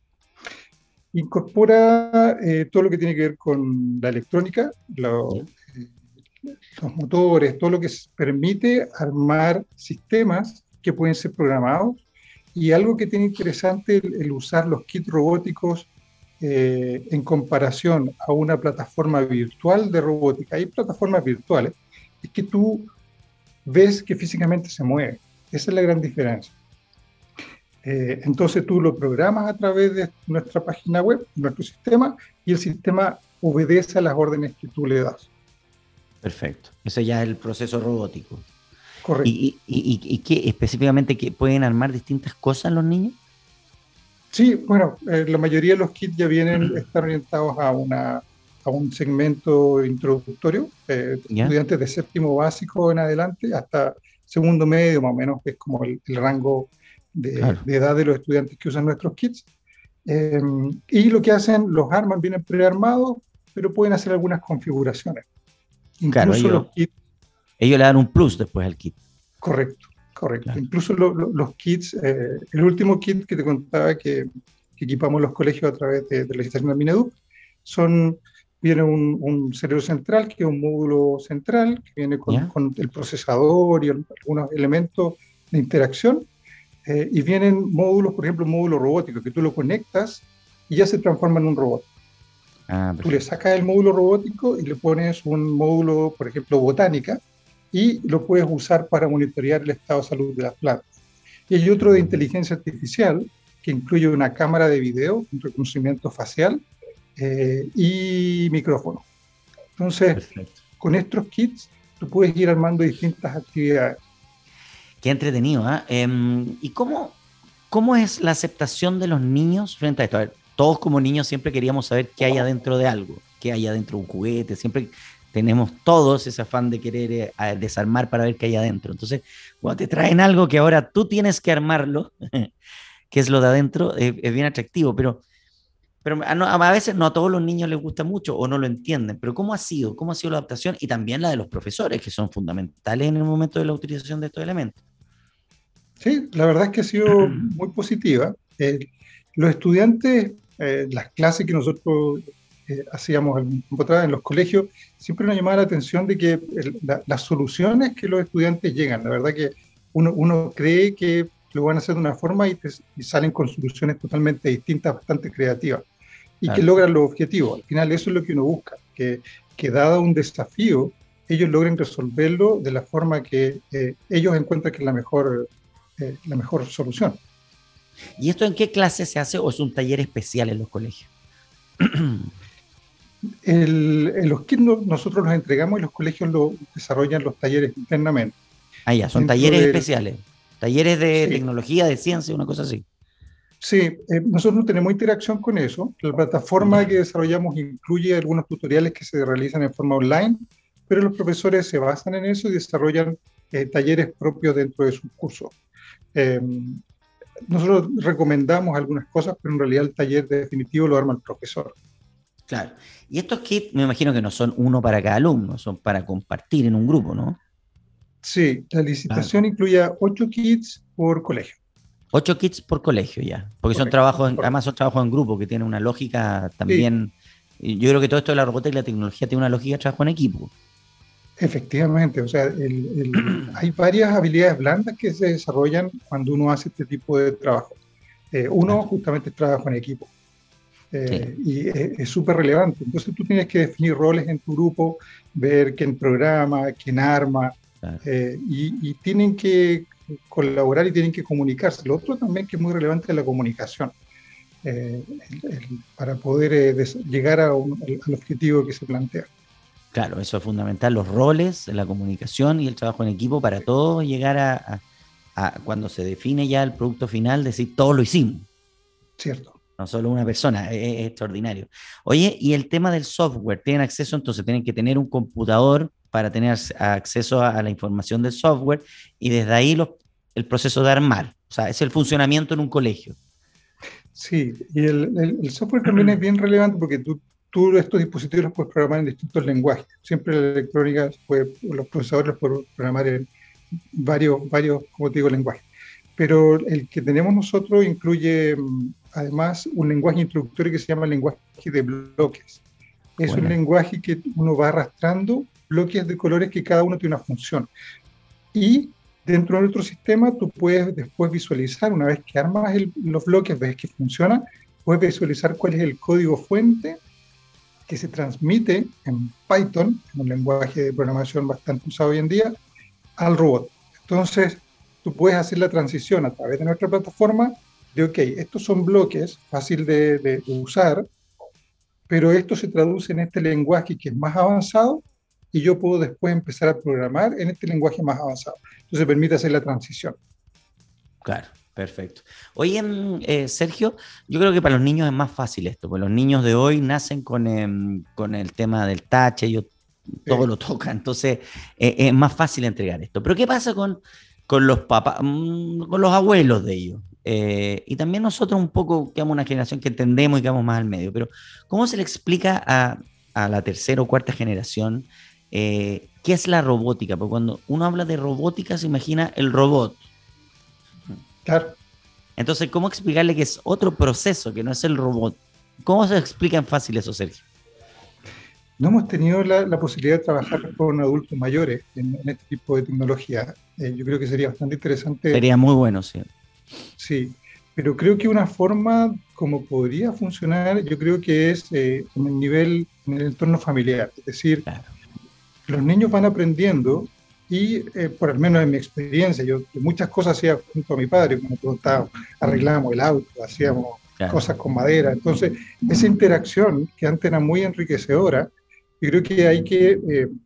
Incorpora todo lo que tiene que ver con la electrónica, ¿Ya? los motores, todo lo que permite armar sistemas que pueden ser programados. Y algo que tiene interesante el usar los kits robóticos en comparación a una plataforma virtual de robótica. Hay plataformas virtuales, es que tú ves que físicamente se mueve. Esa es la gran diferencia. Entonces tú lo programas a través de nuestra página web, nuestro sistema, y el sistema obedece a las órdenes que tú le das. Perfecto. Ese ya es el proceso robótico. Correcto. ¿Y qué específicamente que pueden armar distintas cosas los niños? Sí, bueno, la mayoría de los kits ya están orientados a un segmento introductorio, ¿Ya? estudiantes de séptimo básico en adelante, hasta segundo medio más o menos, que es como el rango Claro. de edad de los estudiantes que usan nuestros kits. Y lo que hacen, los arman, vienen prearmados, pero pueden hacer algunas configuraciones. Claro, Incluso los kits, ellos le dan un plus después al kit. correcto, correcto. Claro. Incluso los kits, el último kit que te contaba que equipamos los colegios a través de la licitación de Mineduc, viene un cerebro central, que es un módulo central, que viene ¿Ya? con el procesador y algunos elementos de interacción. Y vienen módulos, por ejemplo, un módulo robótico, que tú lo conectas y ya se transforma en un robot. Tú le sacas el módulo robótico y le pones un módulo, por ejemplo, botánica, y lo puedes usar para monitorear el estado de salud de las plantas. Y hay otro de inteligencia artificial que incluye una cámara de video, un reconocimiento facial y micrófono. Entonces, perfecto, con estos kits, tú puedes ir armando distintas actividades. Qué entretenido, ¿eh? ¿Y cómo es la aceptación de los niños frente a esto? A ver, todos como niños siempre queríamos saber qué hay adentro de algo, qué hay adentro de un juguete, siempre tenemos todos ese afán de querer desarmar para ver qué hay adentro. Entonces, cuando te traen algo que ahora tú tienes que armarlo, que es lo de adentro, es bien atractivo, pero a veces no a todos los niños les gusta mucho o no lo entienden. Pero ¿cómo ha sido? ¿Cómo ha sido la adaptación? Y también la de los profesores, que son fundamentales en el momento de la utilización de estos elementos. Sí, la verdad es que ha sido muy positiva. Los estudiantes, las clases que nosotros hacíamos algún tiempo atrás en los colegios, siempre nos llamaba la atención de que las soluciones que los estudiantes llegan, la verdad que uno cree que lo van a hacer de una forma y salen con soluciones totalmente distintas, bastante creativas, y que logran los objetivos. Al final eso es lo que uno busca, que dado un desafío, ellos logren resolverlo de la forma que ellos encuentran que es la mejor solución. ¿Y esto en qué clase se hace o es un taller especial en los colegios? Los kits nosotros los entregamos y los colegios desarrollan los talleres internamente. Ah, ya, son talleres especiales, talleres de tecnología, de ciencia, una cosa así. Sí, nosotros no tenemos interacción con eso. La plataforma que desarrollamos incluye algunos tutoriales que se realizan en forma online, pero los profesores se basan en eso y desarrollan talleres propios dentro de sus cursos. Nosotros recomendamos algunas cosas, pero en realidad el taller definitivo lo arma el profesor. Claro. Y estos kits me imagino que no son uno para cada alumno, son para compartir en un grupo, ¿no? Sí, la licitación incluye 8 kits por colegio. 8 kits por colegio ya, porque son trabajos, además son trabajos en grupo que tienen una lógica también. Sí. Yo creo que todo esto de la robótica y la tecnología tiene una lógica de trabajo en equipo. Efectivamente, o sea, hay varias habilidades blandas que se desarrollan cuando uno hace este tipo de trabajo. Uno justamente es trabajo en equipo. Y es súper relevante. Entonces tú tienes que definir roles en tu grupo, ver quién programa, quién arma, y tienen que colaborar y tienen que comunicarse. Lo otro también que es muy relevante es la comunicación, para poder llegar al objetivo que se plantea. Claro, eso es fundamental, los roles, la comunicación y el trabajo en equipo para todos llegar a cuando se define ya el producto final, decir todos lo hicimos. Cierto. No solo una persona, es extraordinario. Oye, y el tema del software, ¿tienen acceso? Entonces tienen que tener un computador para tener acceso a la información del software y desde ahí el proceso de armar. O sea, es el funcionamiento en un colegio. Sí, y el software también es bien relevante porque tú estos dispositivos los puedes programar en distintos lenguajes. Siempre la electrónica, los procesadores los pueden programar en varios, como te digo, lenguajes. Pero el que tenemos nosotros incluye además un lenguaje introductorio que se llama el lenguaje de bloques. Es un lenguaje que uno va arrastrando bloques de colores que cada uno tiene una función. Y dentro de nuestro sistema tú puedes después visualizar, una vez que armas los bloques, ves que funciona, puedes visualizar cuál es el código fuente que se transmite en Python, en un lenguaje de programación bastante usado hoy en día, al robot. Entonces, tú puedes hacer la transición a través de nuestra plataforma de, ok, estos son bloques fácil de usar, pero esto se traduce en este lenguaje que es más avanzado y yo puedo después empezar a programar en este lenguaje más avanzado. Entonces, permite hacer la transición. Claro. Perfecto. Oye, Sergio, yo creo que para los niños es más fácil esto, porque los niños de hoy nacen con el tema del touch, ellos todo lo tocan, entonces es más fácil entregar esto. Pero ¿qué pasa con los papás, con los abuelos de ellos? Y también nosotros un poco, que somos una generación que entendemos y que vamos más al medio, pero ¿cómo se le explica a la tercera o cuarta generación qué es la robótica? Porque cuando uno habla de robótica se imagina el robot. Claro. Entonces, ¿cómo explicarle que es otro proceso, que no es el robot? ¿Cómo se explica en fácil eso, Sergio? No hemos tenido la posibilidad de trabajar con adultos mayores en este tipo de tecnología. Yo creo que sería bastante interesante. Sería muy bueno, sí. Sí, pero creo que una forma como podría funcionar, yo creo que es en el nivel, en el entorno familiar. Es decir, Claro. los niños van aprendiendo y, por al menos en mi experiencia, yo muchas cosas hacía junto a mi padre, como te contaba, arreglábamos el auto, hacíamos Claro. cosas con madera. Entonces, esa interacción que antes era muy enriquecedora, yo creo que hay que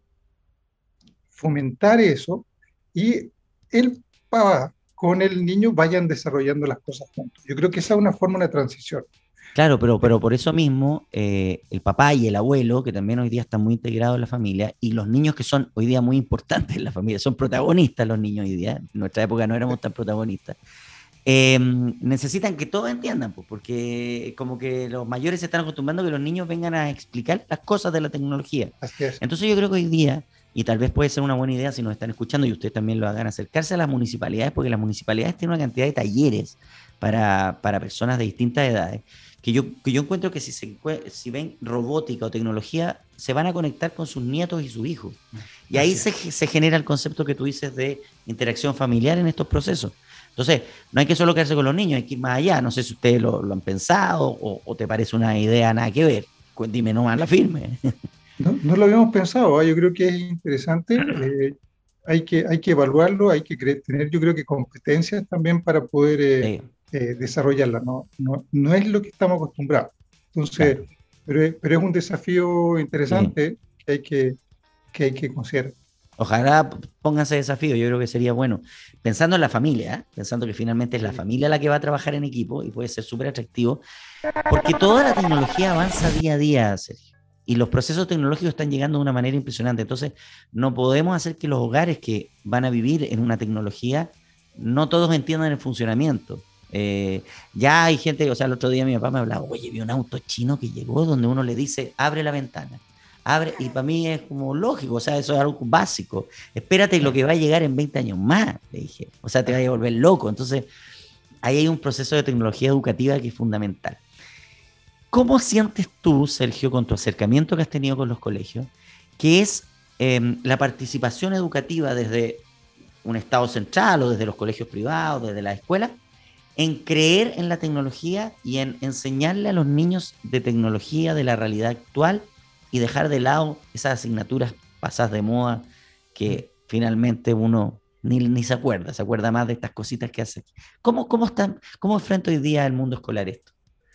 fomentar eso y el papá con el niño vayan desarrollando las cosas juntos. Yo creo que esa es una forma de transición. Claro, pero por eso mismo, el papá y el abuelo, que también hoy día están muy integrados en la familia, y los niños que son hoy día muy importantes en la familia, son protagonistas los niños hoy día, en nuestra época no éramos tan protagonistas, necesitan que todos entiendan, pues, porque como que los mayores se están acostumbrando a que los niños vengan a explicar las cosas de la tecnología. Así es. Entonces yo creo que hoy día, y tal vez puede ser una buena idea si nos están escuchando y ustedes también lo hagan, acercarse a las municipalidades, porque las municipalidades tienen una cantidad de talleres para personas de distintas edades, que yo encuentro que si ven robótica o tecnología, se van a conectar con sus nietos y sus hijos. Y ahí Así es. se genera el concepto que tú dices de interacción familiar en estos procesos. Entonces, no hay que solo quedarse con los niños, hay que ir más allá. No sé si ustedes lo han pensado o te parece una idea nada que ver. Dime nomás la firme. No, no lo habíamos pensado, ¿eh? Yo creo que es interesante. Hay que evaluarlo, hay que tener, yo creo que competencias también para poder Sí, desarrollarla. No, no, no es lo que estamos acostumbrados. Entonces, claro. pero es un desafío Sí. interesante que hay que considerar. Ojalá pónganse desafío, yo creo que sería bueno. Pensando en la familia, ¿eh? Pensando que finalmente es la Sí, familia la que va a trabajar en equipo y puede ser súper atractivo, porque toda la tecnología avanza día a día, Sergio. Y los procesos tecnológicos están llegando de una manera impresionante. Entonces, no podemos hacer que los hogares que van a vivir en una tecnología, no todos entiendan el funcionamiento. Ya hay gente, o sea, el otro día mi papá me hablaba, oye, vi un auto chino que llegó donde uno le dice, abre la ventana. Abre, y para mí es como lógico, o sea, eso es algo básico. Espérate lo claro, que va a llegar en 20 años más, le dije. O sea, te va claro. a volver loco. Entonces, ahí hay un proceso de tecnología educativa que es fundamental. ¿Cómo sientes tú, Sergio, con tu acercamiento que has tenido con los colegios, que es la participación educativa desde un Estado central o desde los colegios privados, desde la escuela, en creer en la tecnología y en enseñarle a los niños de tecnología, de la realidad actual y dejar de lado esas asignaturas pasadas de moda Mm. que finalmente uno ni se acuerda más de estas cositas que hace? ¿Cómo enfrenta hoy día el mundo escolar esto?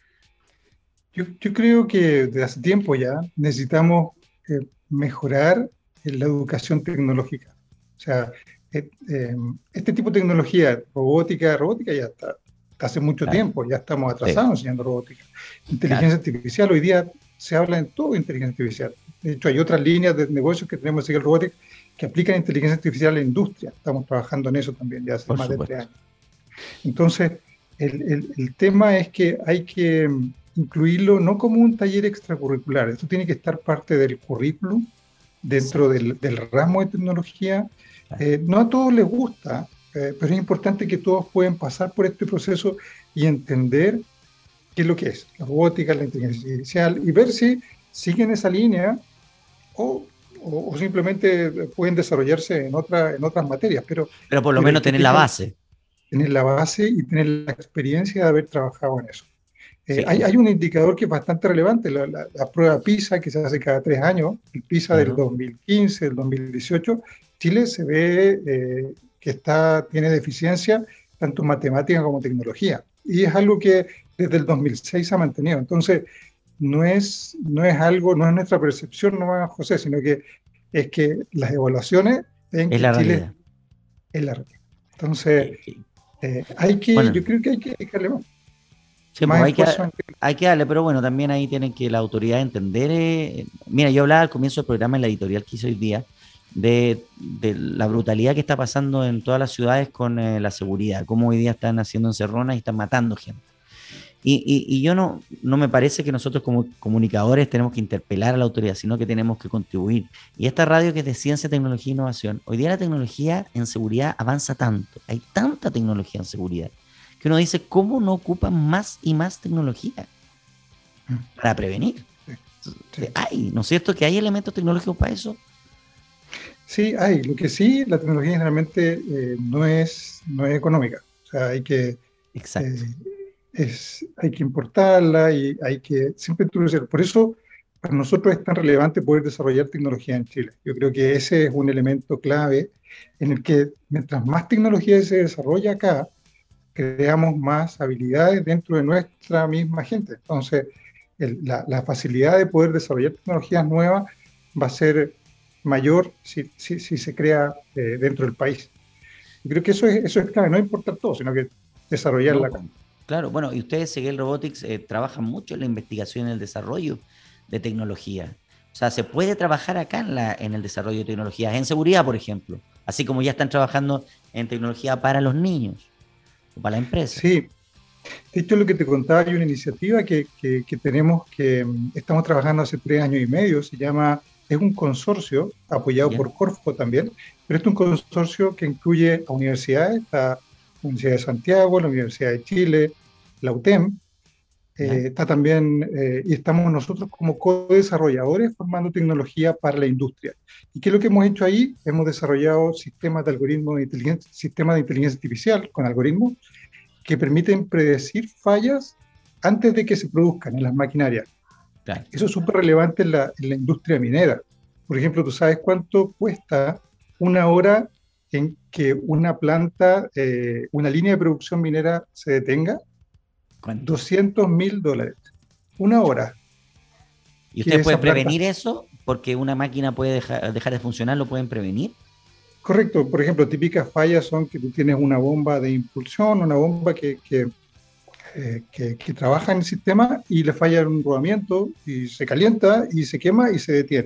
Yo creo que desde hace tiempo ya necesitamos mejorar la educación tecnológica. O sea, este tipo de tecnología, robótica ya está hace mucho Claro, tiempo, ya estamos sí, atrasados enseñando robótica. claro, Inteligencia artificial, hoy día se habla en todo de inteligencia artificial. De hecho, hay otras líneas de negocios que tenemos en el robótica que aplican inteligencia artificial en la industria. Estamos trabajando en eso también ya hace por más de tres supuesto. años. Entonces, el tema es que hay que incluirlo no como un taller extracurricular, esto tiene que estar parte del currículum dentro Exacto. del ramo de tecnología. Claro. No a todos les gusta, pero es importante que todos puedan pasar por este proceso y entender qué es lo que es la robótica, la inteligencia artificial y ver si siguen esa línea o, o simplemente pueden desarrollarse en otras materias, Pero por lo pero menos que tener la tengan base. tener la base y tener la experiencia de haber trabajado en eso. Sí, Hay un indicador que es bastante relevante, la prueba PISA que se hace cada 3 años, el PISA del claro. 2015, del 2018, Chile se ve que tiene deficiencia tanto en matemática como tecnología. Y es algo que desde el 2006 se ha mantenido. Entonces, no es algo, no es nuestra percepción nomás, José, sino que es que las evaluaciones ven Es que la Chile realidad. es la realidad. Entonces, Que- que- yo bueno, creo que hay que dejarle sí, pues más esfuerzo en hay que darle, pero bueno, también ahí tienen que la autoridad entender. Mira, yo hablaba al comienzo del programa en la editorial que hice hoy día de la brutalidad que está pasando en todas las ciudades con la seguridad, cómo hoy día están haciendo encerronas y están matando gente. Y yo no me parece que nosotros como comunicadores tenemos que interpelar a la autoridad, sino que tenemos que contribuir. Y esta radio que es de ciencia, tecnología e innovación, hoy día la tecnología en seguridad avanza tanto, hay tanta tecnología en seguridad, que uno dice, ¿cómo no ocupan más y más tecnología para prevenir? sí, sí. Hay, ¿no es cierto? Que hay elementos tecnológicos para eso. Sí, hay. Lo que sí, la tecnología generalmente no es económica. O sea, hay que, Exacto. hay que importarla y hay que siempre introducir. Por eso, para nosotros es tan relevante poder desarrollar tecnología en Chile. Yo creo que ese es un elemento clave en el que mientras más tecnología se desarrolla acá, creamos más habilidades dentro de nuestra misma gente. Entonces, la facilidad de poder desarrollar tecnologías nuevas va a ser mayor si se crea dentro del país. Y creo que eso es clave, no importar todo, sino que desarrollarla No, acá. claro, bueno, y ustedes, Seguel Robotics, trabajan mucho en la investigación y el desarrollo de tecnología. O sea, se puede trabajar acá en el desarrollo de tecnologías, en seguridad, por ejemplo, así como ya están trabajando en tecnología para los niños o para la empresa. Sí, de hecho lo que te contaba, hay una iniciativa que tenemos que estamos trabajando hace 3 años y medio, es un consorcio apoyado ¿Ya? por Corfo también, pero es un consorcio que incluye a universidades, la Universidad de Santiago, la Universidad de Chile, la UTEM, ¿Ya? está también, y estamos nosotros como co-desarrolladores formando tecnología para la industria. ¿Y qué es lo que hemos hecho ahí? Hemos desarrollado sistemas de algoritmos de inteligencia, sistemas de inteligencia artificial con algoritmos que permiten predecir fallas antes de que se produzcan en las maquinarias. Claro. Eso es súper relevante en la industria minera. Por ejemplo, ¿tú sabes cuánto cuesta una hora en que una planta, una línea de producción minera se detenga? ¿Cuánto? $200.000. Una hora ¿Y que ustedes pueden esa planta. prevenir eso? Porque una máquina puede dejar de funcionar, ¿lo pueden prevenir? Correcto, por ejemplo, típicas fallas son que tú tienes una bomba de impulsión, una bomba que trabaja en el sistema y le falla un rodamiento y se calienta y se quema y se detiene.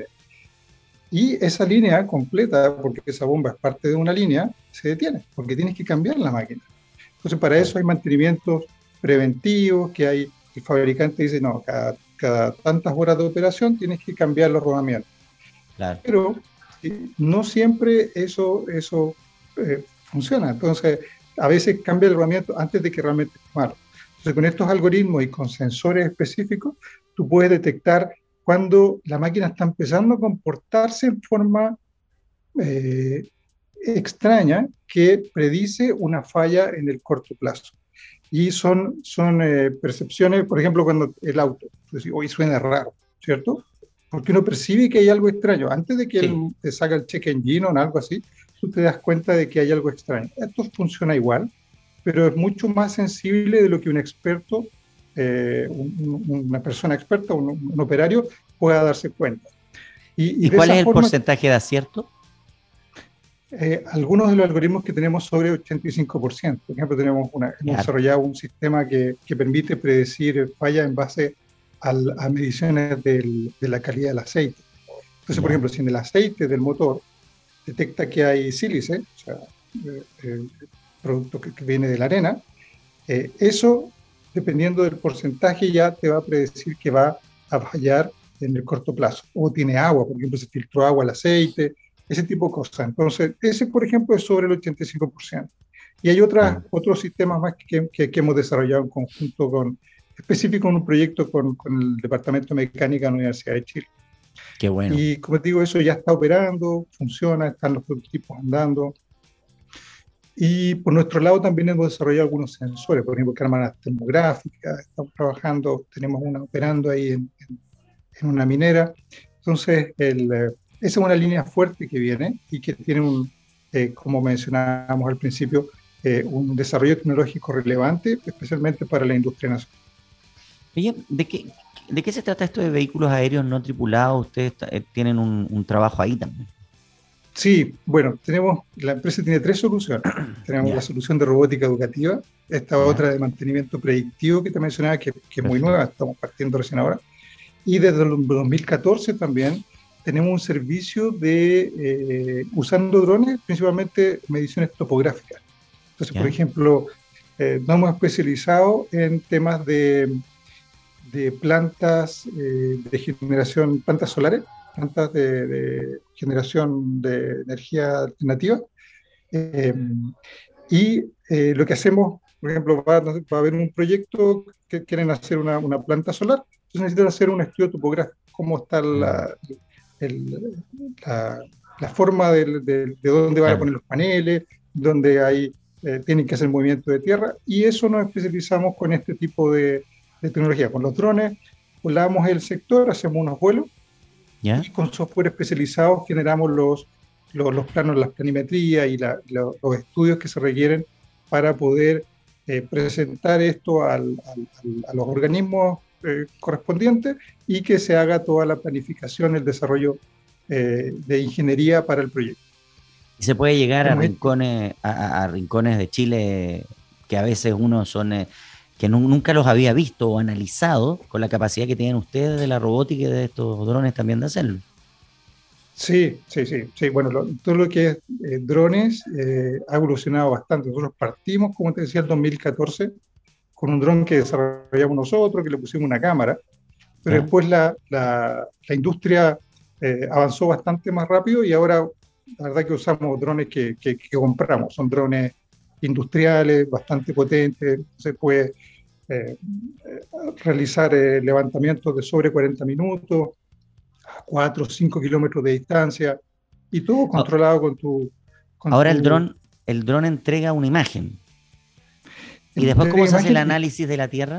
Y esa línea completa, porque esa bomba es parte de una línea, se detiene, porque tienes que cambiar la máquina. Entonces, para Claro, eso hay mantenimientos preventivos, el fabricante dice, no, cada tantas horas de operación tienes que cambiar los rodamientos. claro. Pero no siempre eso funciona. Entonces, a veces cambia el rodamiento antes de que realmente esté malo. Entonces, con estos algoritmos y con sensores específicos, tú puedes detectar cuando la máquina está empezando a comportarse en forma eh, extraña que predice una falla en el corto plazo. Y son percepciones, por ejemplo, cuando el auto, pues, hoy suena raro, ¿cierto? Porque uno percibe que hay algo extraño. Antes de que él Sí. te saque el check engine o algo así, tú te das cuenta de que hay algo extraño. Esto funciona igual, pero es mucho más sensible de lo que un experto, una persona experta, un operario, pueda darse cuenta. Y ¿Y de cuál esa es el forma, porcentaje de acierto? algunos de los algoritmos que tenemos sobre 85%. Por ejemplo, hemos Claro, desarrollado un sistema que permite predecir fallas en base a mediciones de la calidad del aceite. Entonces, por ya. ejemplo, si en el aceite del motor detecta que hay sílice, o sea, producto que viene de la arena, eso, dependiendo del porcentaje, ya te va a predecir que va a fallar en el corto plazo. O tiene agua, por ejemplo, se filtró agua al aceite, ese tipo de cosas. Entonces, ese, por ejemplo, es sobre el 85%. Y hay Ah, otros sistemas más que hemos desarrollado en conjunto específico en un proyecto con el Departamento de Mecánica de la Universidad de Chile. qué bueno. Y como te digo, eso ya está operando, funciona, están los prototipos andando. Y por nuestro lado también hemos desarrollado algunos sensores, por ejemplo, cámaras termográficas, estamos trabajando, tenemos una operando ahí en una minera. Entonces, esa es una línea fuerte que viene y que tiene como mencionábamos al principio, un desarrollo tecnológico relevante, especialmente para la industria nacional. Oye, de qué se trata esto de vehículos aéreos no tripulados? Ustedes tienen un trabajo ahí también. Sí, bueno, la empresa tiene tres soluciones. Tenemos la Ya, solución de robótica educativa, esta ya, otra de mantenimiento predictivo que te mencionaba, que es muy nueva, perfecto. estamos partiendo recién ahora. Y desde el 2014 también tenemos un servicio usando drones, principalmente mediciones topográficas. Entonces, por Ya, ejemplo, nos hemos especializado en temas de plantas de generación, plantas solares, plantas de generación de energía alternativa. Eh, lo que hacemos, por ejemplo, va a haber un proyecto que quieren hacer una planta solar, entonces necesitan hacer un estudio topográfico, cómo está mm, el- la, la forma de dónde van a claro, poner los paneles, dónde hay tienen que hacer movimiento de tierra, y eso nos especializamos con este tipo de tecnología. Con los drones volamos el sector, hacemos unos vuelos, ¿Ya? y con software especializados generamos los planos, las planimetrías y los estudios que se requieren para poder presentar esto a los organismos correspondientes, y que se haga toda la planificación, el desarrollo de ingeniería para el proyecto. Y se puede llegar a Hemos rincones, a rincones de Chile que a veces uno son, que nunca los había visto o analizado con la capacidad que tienen ustedes de la robótica y de estos drones también de hacerlo. Sí, sí, sí, sí. Bueno, todo lo que es drones ha evolucionado bastante. Nosotros partimos, como te decía, en 2014 con un dron que desarrollamos nosotros, que le pusimos una cámara, pero ¿Ya? después la industria avanzó bastante más rápido, y ahora la verdad que usamos drones que compramos. Son drones industriales, bastante potentes. Se puede eh, realizar levantamientos de sobre 40 minutos, a 4 o 5 kilómetros de distancia, y todo A- controlado con Ahora tu el dron entrega una imagen. ¿Y después cómo entrega se hace el imagen. análisis de la Tierra?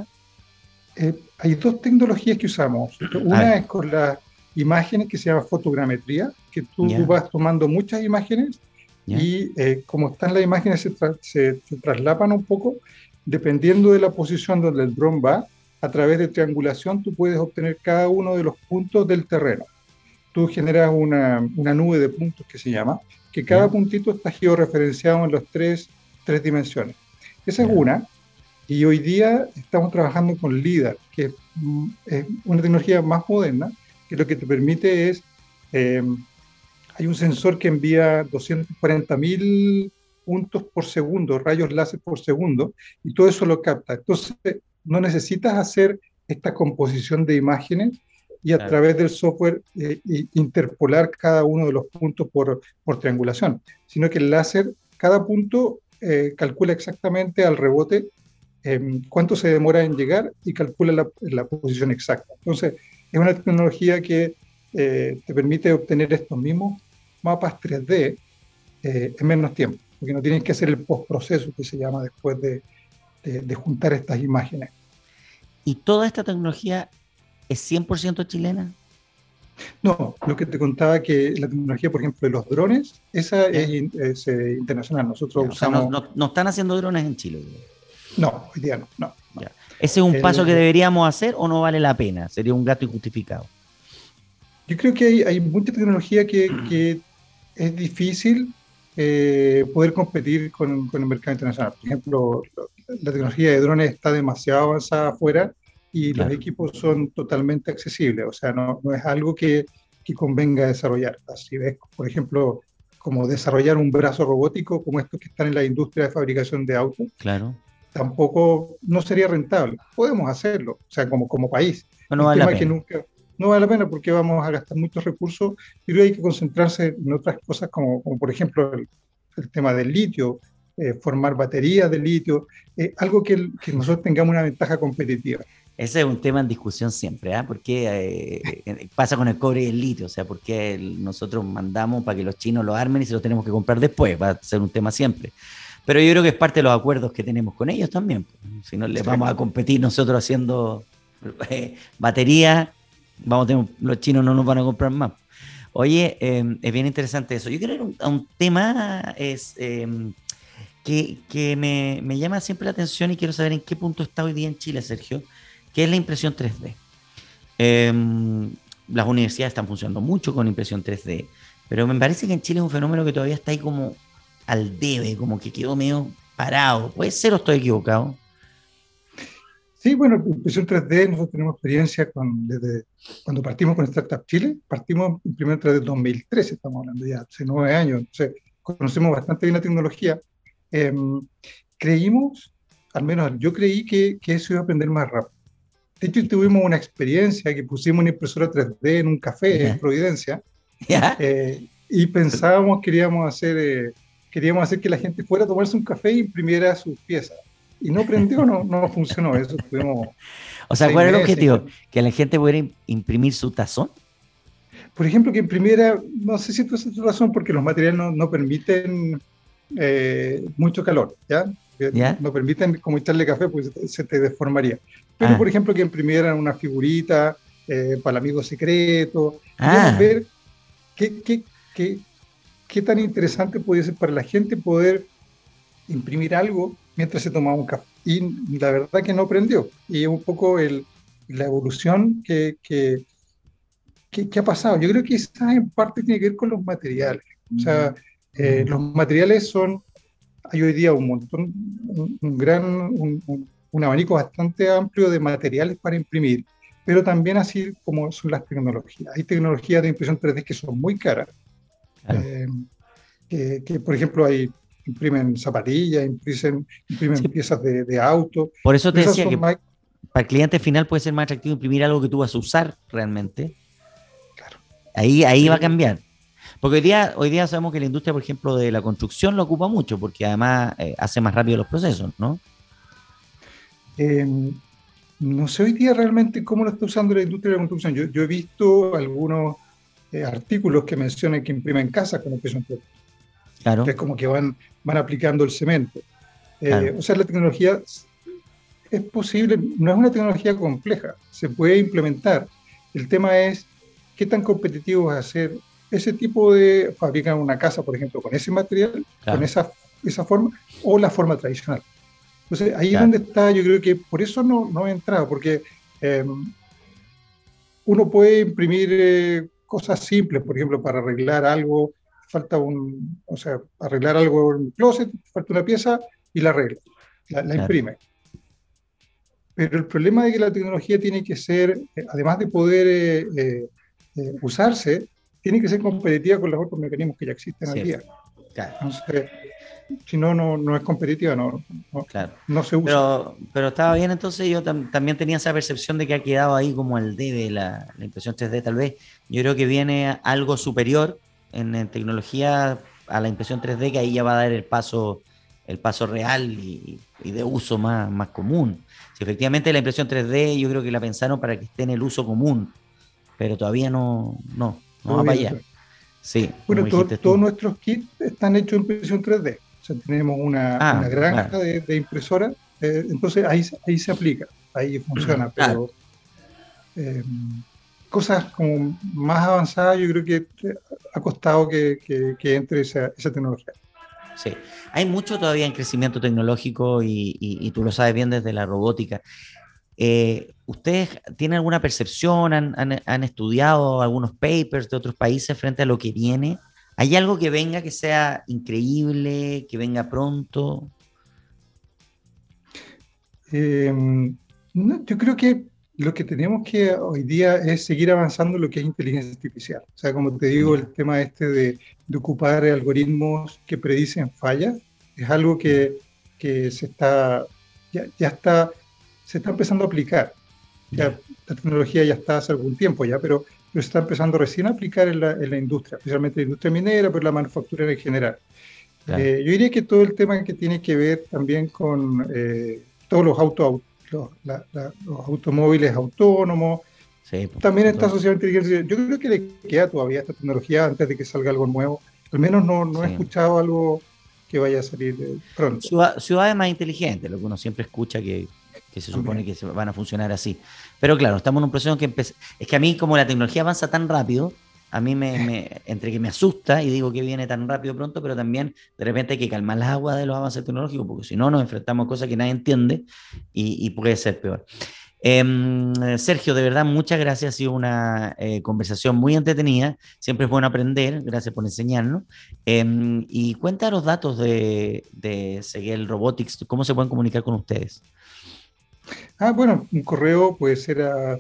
Hay dos tecnologías que usamos. A Una ver, es con las imágenes, que se llama fotogrametría, que tú ¿ya? vas tomando muchas imágenes, ¿Ya? y como están las imágenes se traslapan un poco, dependiendo de la posición donde el dron va. A través de triangulación tú puedes obtener cada uno de los puntos del terreno. Tú generas una nube de puntos, que se llama, que cada ¿Ya? puntito está georreferenciado en las tres dimensiones. Esa es ¿Ya? una. Y hoy día estamos trabajando con LIDAR, que es una tecnología más moderna, que lo que te permite es, eh, hay un sensor que envía 240.000 puntos por segundo, rayos láser por segundo, y todo eso lo capta. Entonces, no necesitas hacer esta composición de imágenes, y a Claro. través del software interpolar cada uno de los puntos por triangulación, sino que el láser, cada punto calcula exactamente al rebote cuánto se demora en llegar, y calcula la posición exacta. Entonces, es una tecnología que te permite obtener estos mismos mapas 3D en menos tiempo, porque no tienes que hacer el postproceso, que se llama, después de juntar estas imágenes. ¿Y toda esta tecnología es 100% chilena? No, lo que te contaba, que la tecnología, por ejemplo, de los drones, esa ¿Ya? es internacional. Nosotros Ya, o sea, usamos, no están haciendo drones en Chile. no, hoy día no, no, no. Ya. ¿Ese es un paso que El, deberíamos hacer o no vale la pena? Sería un gasto injustificado. yo creo que hay mucha tecnología que es difícil poder competir con el mercado internacional. Por ejemplo, la tecnología de drones está demasiado avanzada afuera, y los Claro. equipos son totalmente accesibles. O sea, no es algo que convenga desarrollar. Así ves, por ejemplo, como desarrollar un brazo robótico como estos que están en la industria de fabricación de autos, Claro. tampoco no sería rentable. Podemos hacerlo, o sea, como país. No El vale la tema es que pena. nunca, no vale la pena, porque vamos a gastar muchos recursos, y luego hay que concentrarse en otras cosas, como por ejemplo el tema del litio, formar baterías de litio, algo que nosotros tengamos una ventaja competitiva. Ese es un tema en discusión siempre, ¿ah? ¿Por qué pasa con el cobre y el litio? O sea, ¿por qué nosotros mandamos para que los chinos lo armen y se lo tenemos que comprar después? Va a ser un tema siempre. Pero yo creo que es parte de los acuerdos que tenemos con ellos también. Si no les Sí. vamos a competir nosotros haciendo batería, los chinos no nos van a comprar más. Oye, es bien interesante eso. Yo quiero ir a un tema que me llama siempre la atención, y quiero saber en qué punto está hoy día en Chile, Sergio, que es la impresión 3D. Las universidades están funcionando mucho con impresión 3D, pero me parece que en Chile es un fenómeno que todavía está ahí como al debe, como que quedó medio parado. ¿Puede ser o estoy equivocado? Sí, bueno, impresión 3D, nosotros tenemos experiencia desde cuando partimos con Startup Chile. Partimos en primero 3D 2013, estamos hablando ya, hace 9 años. Entonces, conocemos bastante bien la tecnología. Eh, Creímos, al menos yo creí, que eso iba a aprender más rápido. De hecho, tuvimos una experiencia que pusimos una impresora 3D en un café en ¿Ya? Providencia, ¿Ya? y pensábamos, queríamos hacer que la gente fuera a tomarse un café e imprimiera sus piezas. Y no prendió, no funcionó. Eso tuvimos O sea, seis ¿cuál era el meses. objetivo? Que la gente pudiera imprimir su tazón. Por ejemplo, que imprimiera, no sé si tú has razón, porque los materiales no permiten mucho calor, ¿ya? Que ¿Ya? no permiten como echarle café, pues se te deformaría. Pero, Ah, por ejemplo, que imprimieran una figurita para el amigo secreto, queríamos ah, ver qué, qué, qué, qué tan interesante podía ser para la gente poder imprimir algo mientras se tomaba un café. Y la verdad que no prendió. Y es un poco la evolución que ha pasado. Yo creo que esa en parte tiene que ver con los materiales. O sea, los materiales son, hay hoy día un montón, un abanico bastante amplio de materiales para imprimir, pero también así como son las tecnologías. Hay tecnologías de impresión 3D que son muy caras, claro. eh, por ejemplo, imprimen zapatillas, imprimen Sí, piezas de auto, por eso te pero esas decía son que más, para el cliente final puede ser más atractivo imprimir algo que tú vas a usar realmente. claro, Ahí va a sí. cambiar. Porque hoy día sabemos que la industria, por ejemplo, de la construcción lo ocupa mucho, porque además hace más rápido los procesos, ¿no? Eh, no sé hoy día realmente cómo lo está usando la industria de la construcción. Yo he visto algunos artículos que mencionan que imprimen casas con impresión 3D. Claro, Es como que van aplicando el cemento. claro, O sea, la tecnología es posible, no es una tecnología compleja, se puede implementar. El tema es qué tan competitivo es hacer ese tipo de, fabricar una casa, por ejemplo, con ese material, con claro, esa forma, o la forma tradicional. Entonces, ahí es claro. donde está, yo creo que por eso no he entrado, porque eh, uno puede imprimir cosas simples, por ejemplo, para arreglar algo, o sea, arreglar algo en un closet, falta una pieza y la arregla, la Claro. imprime. Pero el problema de que la tecnología tiene que ser, además de poder usarse, tiene que ser competitiva con los otros mecanismos que ya existen hoy Sí, día. claro, Entonces, si no es competitiva, no, claro. no se usa. Pero estaba bien, entonces yo también tenía esa percepción de que ha quedado ahí como al debe la impresión 3D, tal vez. Yo creo que viene algo superior en tecnología a la impresión 3D, que ahí ya va a dar el paso real y de uso más común. Si efectivamente la impresión 3D yo creo que la pensaron para que esté en el uso común, pero todavía no va para Todavía no allá. está. Sí, como Bueno, dijiste todos tú. nuestros kits están hechos en impresión 3D. O sea, tenemos una Ah, granja claro, de impresora, entonces ahí se aplica, ahí funciona, claro. pero eh, cosas como más avanzadas yo creo que ha costado que entre esa tecnología. Sí, hay mucho todavía en crecimiento tecnológico y tú lo sabes bien desde la robótica. ¿Ustedes tienen alguna percepción? Han estudiado algunos papers de otros países frente a lo que viene? ¿Hay algo que venga que sea increíble, que venga pronto? Eh, no, yo creo que lo que tenemos que hoy día es seguir avanzando en lo que es inteligencia artificial. O sea, como te digo, Ya, el tema este de ocupar algoritmos que predicen fallas es algo ya, que ya está, se está empezando a aplicar. Ya, ya, la tecnología ya está hace algún tiempo ya, pero se está empezando recién a aplicar en la industria, especialmente la industria minera, pero la manufacturera en general. claro. Yo diría que todo el tema que tiene que ver también con todos los automóviles autónomos, Sí, pues, también está todo. asociado a inteligencia. Yo creo que le queda todavía esta tecnología antes de que salga algo nuevo. Al menos no he Sí. escuchado algo que vaya a salir pronto Ciudades más inteligentes, lo que uno siempre escucha que se supone también. que van a funcionar así. Pero claro, estamos en un proceso es que a mí como la tecnología avanza tan rápido, a mí entre que me asusta y digo que viene tan rápido pronto, pero también de repente hay que calmar las aguas de los avances tecnológicos, porque si no nos enfrentamos a cosas que nadie entiende y puede ser peor. Sergio, de verdad, muchas gracias. Ha sido una conversación muy entretenida. Siempre es bueno aprender. Gracias por enseñarnos. Y cuenta los datos de Seguel Robotics. ¿Cómo se pueden comunicar con ustedes? Bueno, un correo puede ser a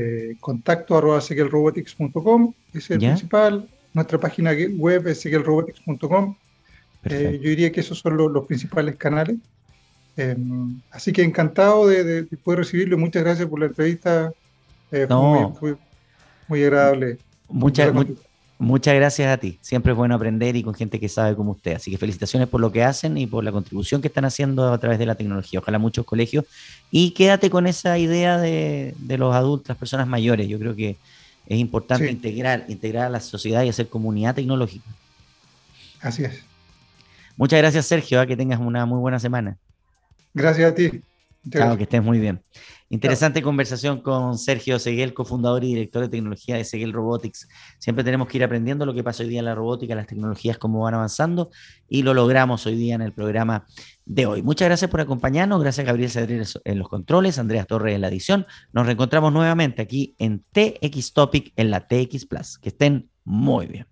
contacto@segelrobotics.com, ese es el ¿Ya? principal. Nuestra página web es segelrobotics.com. Yo Perfecto. diría que esos son los principales canales. Así que encantado de poder recibirlo. Muchas gracias por la entrevista. No, Fue muy agradable muchas, conversar mu- contigo. muchas gracias a ti. Siempre es bueno aprender y con gente que sabe como usted. Así que felicitaciones por lo que hacen y por la contribución que están haciendo a través de la tecnología. Ojalá muchos colegios. Y quédate con esa idea de los adultos, las personas mayores. Yo creo que es importante Sí, integrar a la sociedad y hacer comunidad tecnológica. así es. Muchas gracias, Sergio, que tengas una muy buena semana. Gracias a ti. Chao, que estés muy bien. Chao. Interesante conversación con Sergio Seguel, cofundador y director de tecnología de Seguel Robotics. Siempre tenemos que ir aprendiendo lo que pasa hoy día en la robótica, las tecnologías, cómo van avanzando, y lo logramos hoy día en el programa de hoy. Muchas gracias por acompañarnos. Gracias, Gabriel Cedrés, en los controles, Andreas Torres en la edición. Nos reencontramos nuevamente aquí en TX Topic en la TX Plus. Que estén muy bien.